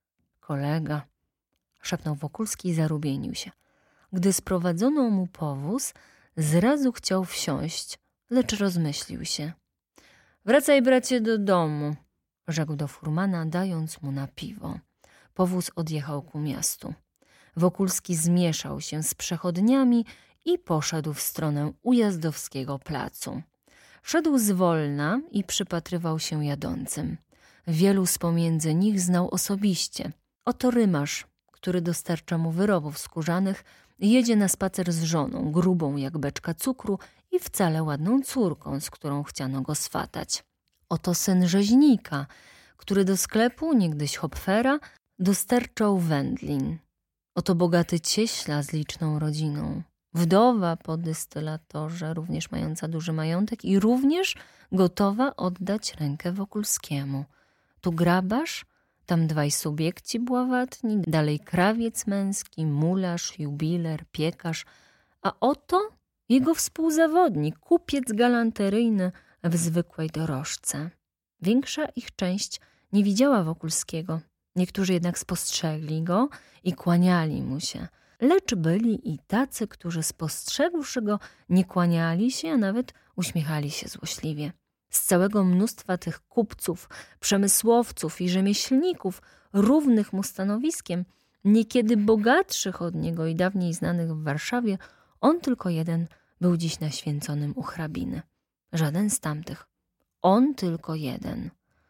Kolega, szepnął Wokulski i zarumienił się. Gdy sprowadzono mu powóz, zrazu chciał wsiąść, lecz rozmyślił się. Wracaj, bracie, do domu, rzekł do furmana, dając mu na piwo. Powóz odjechał ku miastu. Wokulski zmieszał się z przechodniami i poszedł w stronę Ujazdowskiego placu. Szedł zwolna i przypatrywał się jadącym. Wielu z pomiędzy nich znał osobiście. Oto rymarz, który dostarcza mu wyrobów skórzanych, jedzie na spacer z żoną, grubą jak beczka cukru i wcale ładną córką, z którą chciano go swatać. Oto syn rzeźnika, który do sklepu, niegdyś Hopfera, dostarczał wędlin. Oto bogaty cieśla z liczną rodziną. Wdowa po dystylatorze, również mająca duży majątek i również gotowa oddać rękę Wokulskiemu. Tu grabarz, tam dwaj subiekci bławatni, dalej krawiec męski, mularz, jubiler, piekarz, a oto jego współzawodnik, kupiec galanteryjny w zwykłej dorożce. Większa ich część nie widziała Wokulskiego. Niektórzy jednak spostrzegli go i kłaniali mu się. Lecz byli i tacy, którzy spostrzegłszy go, nie kłaniali się, a nawet uśmiechali się złośliwie. Z całego mnóstwa tych kupców, przemysłowców i rzemieślników, równych mu stanowiskiem, niekiedy bogatszych od niego i dawniej znanych w Warszawie, on tylko jeden był dziś na święconym u hrabiny. Żaden z tamtych. On tylko jeden.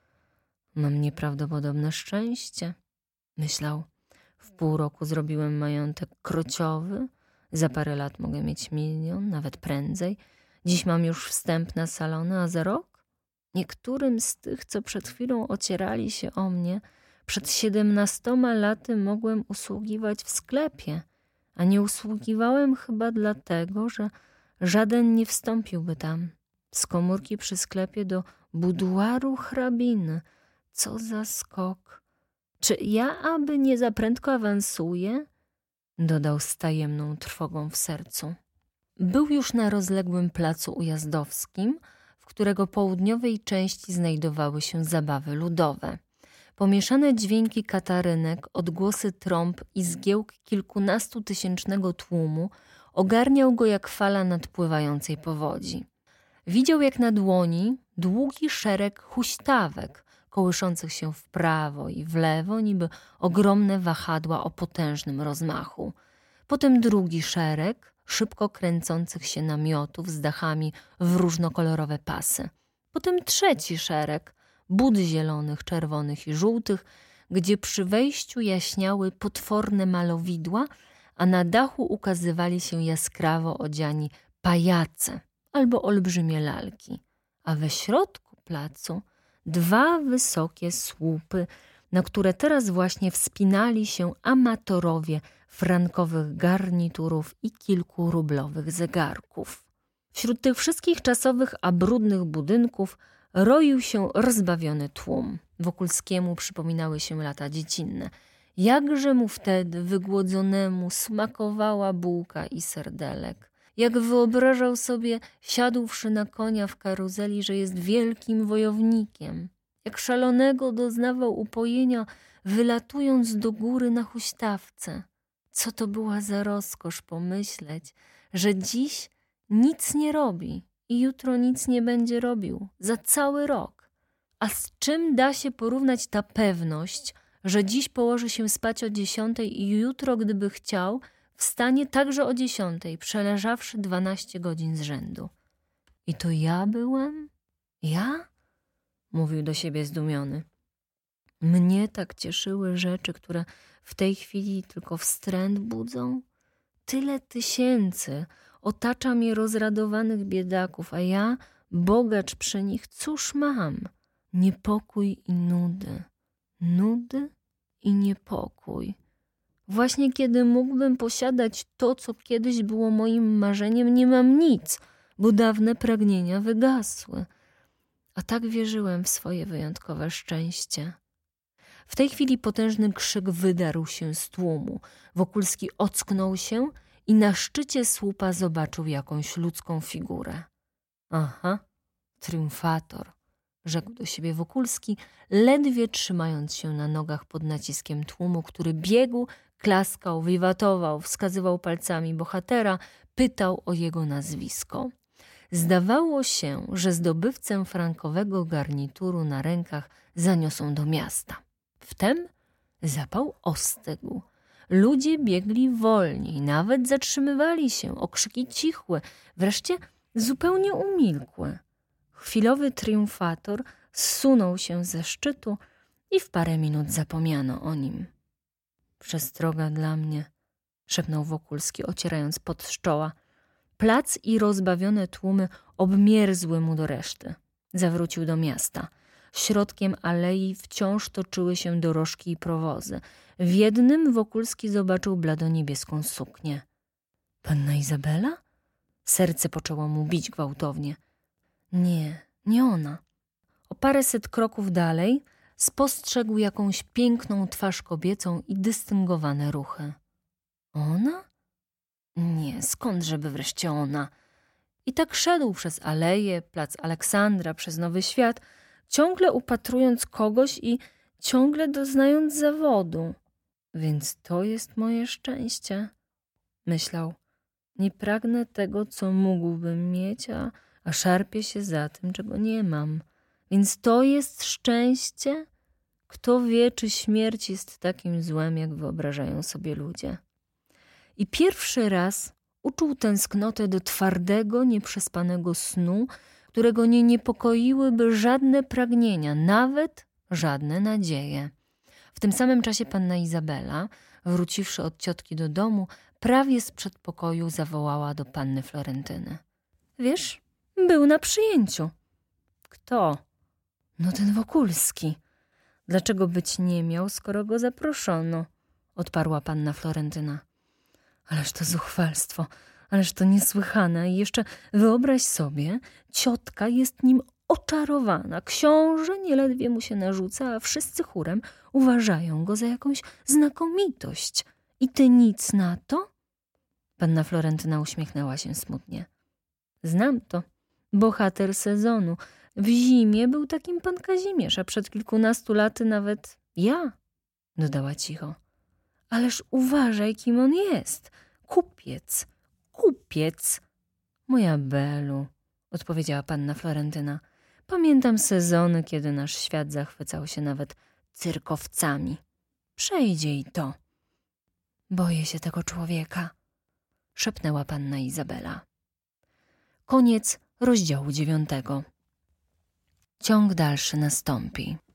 Mam nieprawdopodobne szczęście, myślał. W pół roku zrobiłem majątek krociowy, za parę lat mogę mieć milion, nawet prędzej. Dziś mam już wstęp na salony, a za rok? Niektórym z tych, co przed chwilą ocierali się o mnie, przed siedemnastoma laty mogłem usługiwać w sklepie, a nie usługiwałem chyba dlatego, że żaden nie wstąpiłby tam. Z komórki przy sklepie do buduaru hrabiny. Co za skok! Czy ja aby nie za prędko awansuję? Dodał z tajemną trwogą w sercu. Był już na rozległym placu ujazdowskim, w którego południowej części znajdowały się zabawy ludowe. Pomieszane dźwięki katarynek, odgłosy trąb i zgiełk kilkunastutysięcznego tłumu ogarniał go jak fala nadpływającej powodzi. Widział jak na dłoni długi szereg huśtawek, kołyszących się w prawo i w lewo, niby ogromne wahadła o potężnym rozmachu. Potem drugi szereg szybko kręcących się namiotów z dachami w różnokolorowe pasy. Potem trzeci szereg bud zielonych, czerwonych i żółtych, gdzie przy wejściu jaśniały potworne malowidła, a na dachu ukazywali się jaskrawo odziani pajace albo olbrzymie lalki. A we środku placu dwa wysokie słupy, na które teraz właśnie wspinali się amatorowie frankowych garniturów i kilkurublowych zegarków. Wśród tych wszystkich czasowych, a brudnych budynków roił się rozbawiony tłum. Wokulskiemu przypominały się lata dziecinne. Jakże mu wtedy, wygłodzonemu, smakowała bułka i serdelek. Jak wyobrażał sobie, siadłszy na konia w karuzeli, że jest wielkim wojownikiem. Jak szalonego doznawał upojenia, wylatując do góry na huśtawce. Co to była za rozkosz pomyśleć, że dziś nic nie robi i jutro nic nie będzie robił za cały rok. A z czym da się porównać ta pewność, że dziś położy się spać o dziesiątej i jutro, gdyby chciał, wstanie także o dziesiątej, przeleżawszy dwanaście godzin z rzędu. I to ja byłem? Ja? Mówił do siebie zdumiony. Mnie tak cieszyły rzeczy, które w tej chwili tylko wstręt budzą. Tyle tysięcy otacza mnie rozradowanych biedaków, a ja, bogacz przy nich, cóż mam? Niepokój i nudy. Nudy i niepokój. Właśnie kiedy mógłbym posiadać to, co kiedyś było moim marzeniem, nie mam nic, bo dawne pragnienia wygasły. A tak wierzyłem w swoje wyjątkowe szczęście. W tej chwili potężny krzyk wydarł się z tłumu. Wokulski ocknął się i na szczycie słupa zobaczył jakąś ludzką figurę. Aha, triumfator, rzekł do siebie Wokulski, ledwie trzymając się na nogach pod naciskiem tłumu, który biegł, klaskał, wiwatował, wskazywał palcami bohatera, pytał o jego nazwisko. Zdawało się, że zdobywcę frankowego garnituru na rękach zaniosą do miasta. Wtem zapał ostygł. Ludzie biegli wolniej, nawet zatrzymywali się, okrzyki cichłe, wreszcie zupełnie umilkłe. Chwilowy triumfator zsunął się ze szczytu i w parę minut zapomniano o nim. Przestroga dla mnie, szepnął Wokulski, ocierając pot z czoła. Plac i rozbawione tłumy obmierzły mu do reszty. Zawrócił do miasta. Środkiem alei wciąż toczyły się dorożki i prowozy. W jednym Wokulski zobaczył bladoniebieską suknię. Panna Izabela? Serce poczęło mu bić gwałtownie. Nie, nie ona. O paręset kroków dalej spostrzegł jakąś piękną twarz kobiecą i dystyngowane ruchy. Ona? Nie, skądżeby wreszcie ona? I tak szedł przez aleję, plac Aleksandra, przez Nowy Świat, ciągle upatrując kogoś i ciągle doznając zawodu. Więc to jest moje szczęście, myślał. Nie pragnę tego, co mógłbym mieć, a, a szarpię się za tym, czego nie mam. Więc to jest szczęście? Kto wie, czy śmierć jest takim złem, jak wyobrażają sobie ludzie. I pierwszy raz uczuł tęsknotę do twardego, nieprzespanego snu, którego nie niepokoiłyby żadne pragnienia, nawet żadne nadzieje. W tym samym czasie panna Izabela, wróciwszy od ciotki do domu, prawie z przedpokoju zawołała do panny Florentyny. Wiesz, był na przyjęciu. Kto? No ten Wokulski. Dlaczego być nie miał, skoro go zaproszono? Odparła panna Florentyna. Ależ to zuchwalstwo, ależ to niesłychane. I jeszcze wyobraź sobie, ciotka jest nim oczarowana. Książę nieledwie mu się narzuca, a wszyscy chórem uważają go za jakąś znakomitość. I ty nic na to? Panna Florentyna uśmiechnęła się smutnie. Znam to. Bohater sezonu. W zimie był takim pan Kazimierz, a przed kilkunastu laty nawet ja, dodała cicho. Ależ uważaj, kim on jest. Kupiec, kupiec. Moja Belu, odpowiedziała panna Florentyna. Pamiętam sezony, kiedy nasz świat zachwycał się nawet cyrkowcami. Przejdzie i to. Boję się tego człowieka, szepnęła panna Izabela. Koniec rozdziału dziewiątego. Ciąg dalszy nastąpi.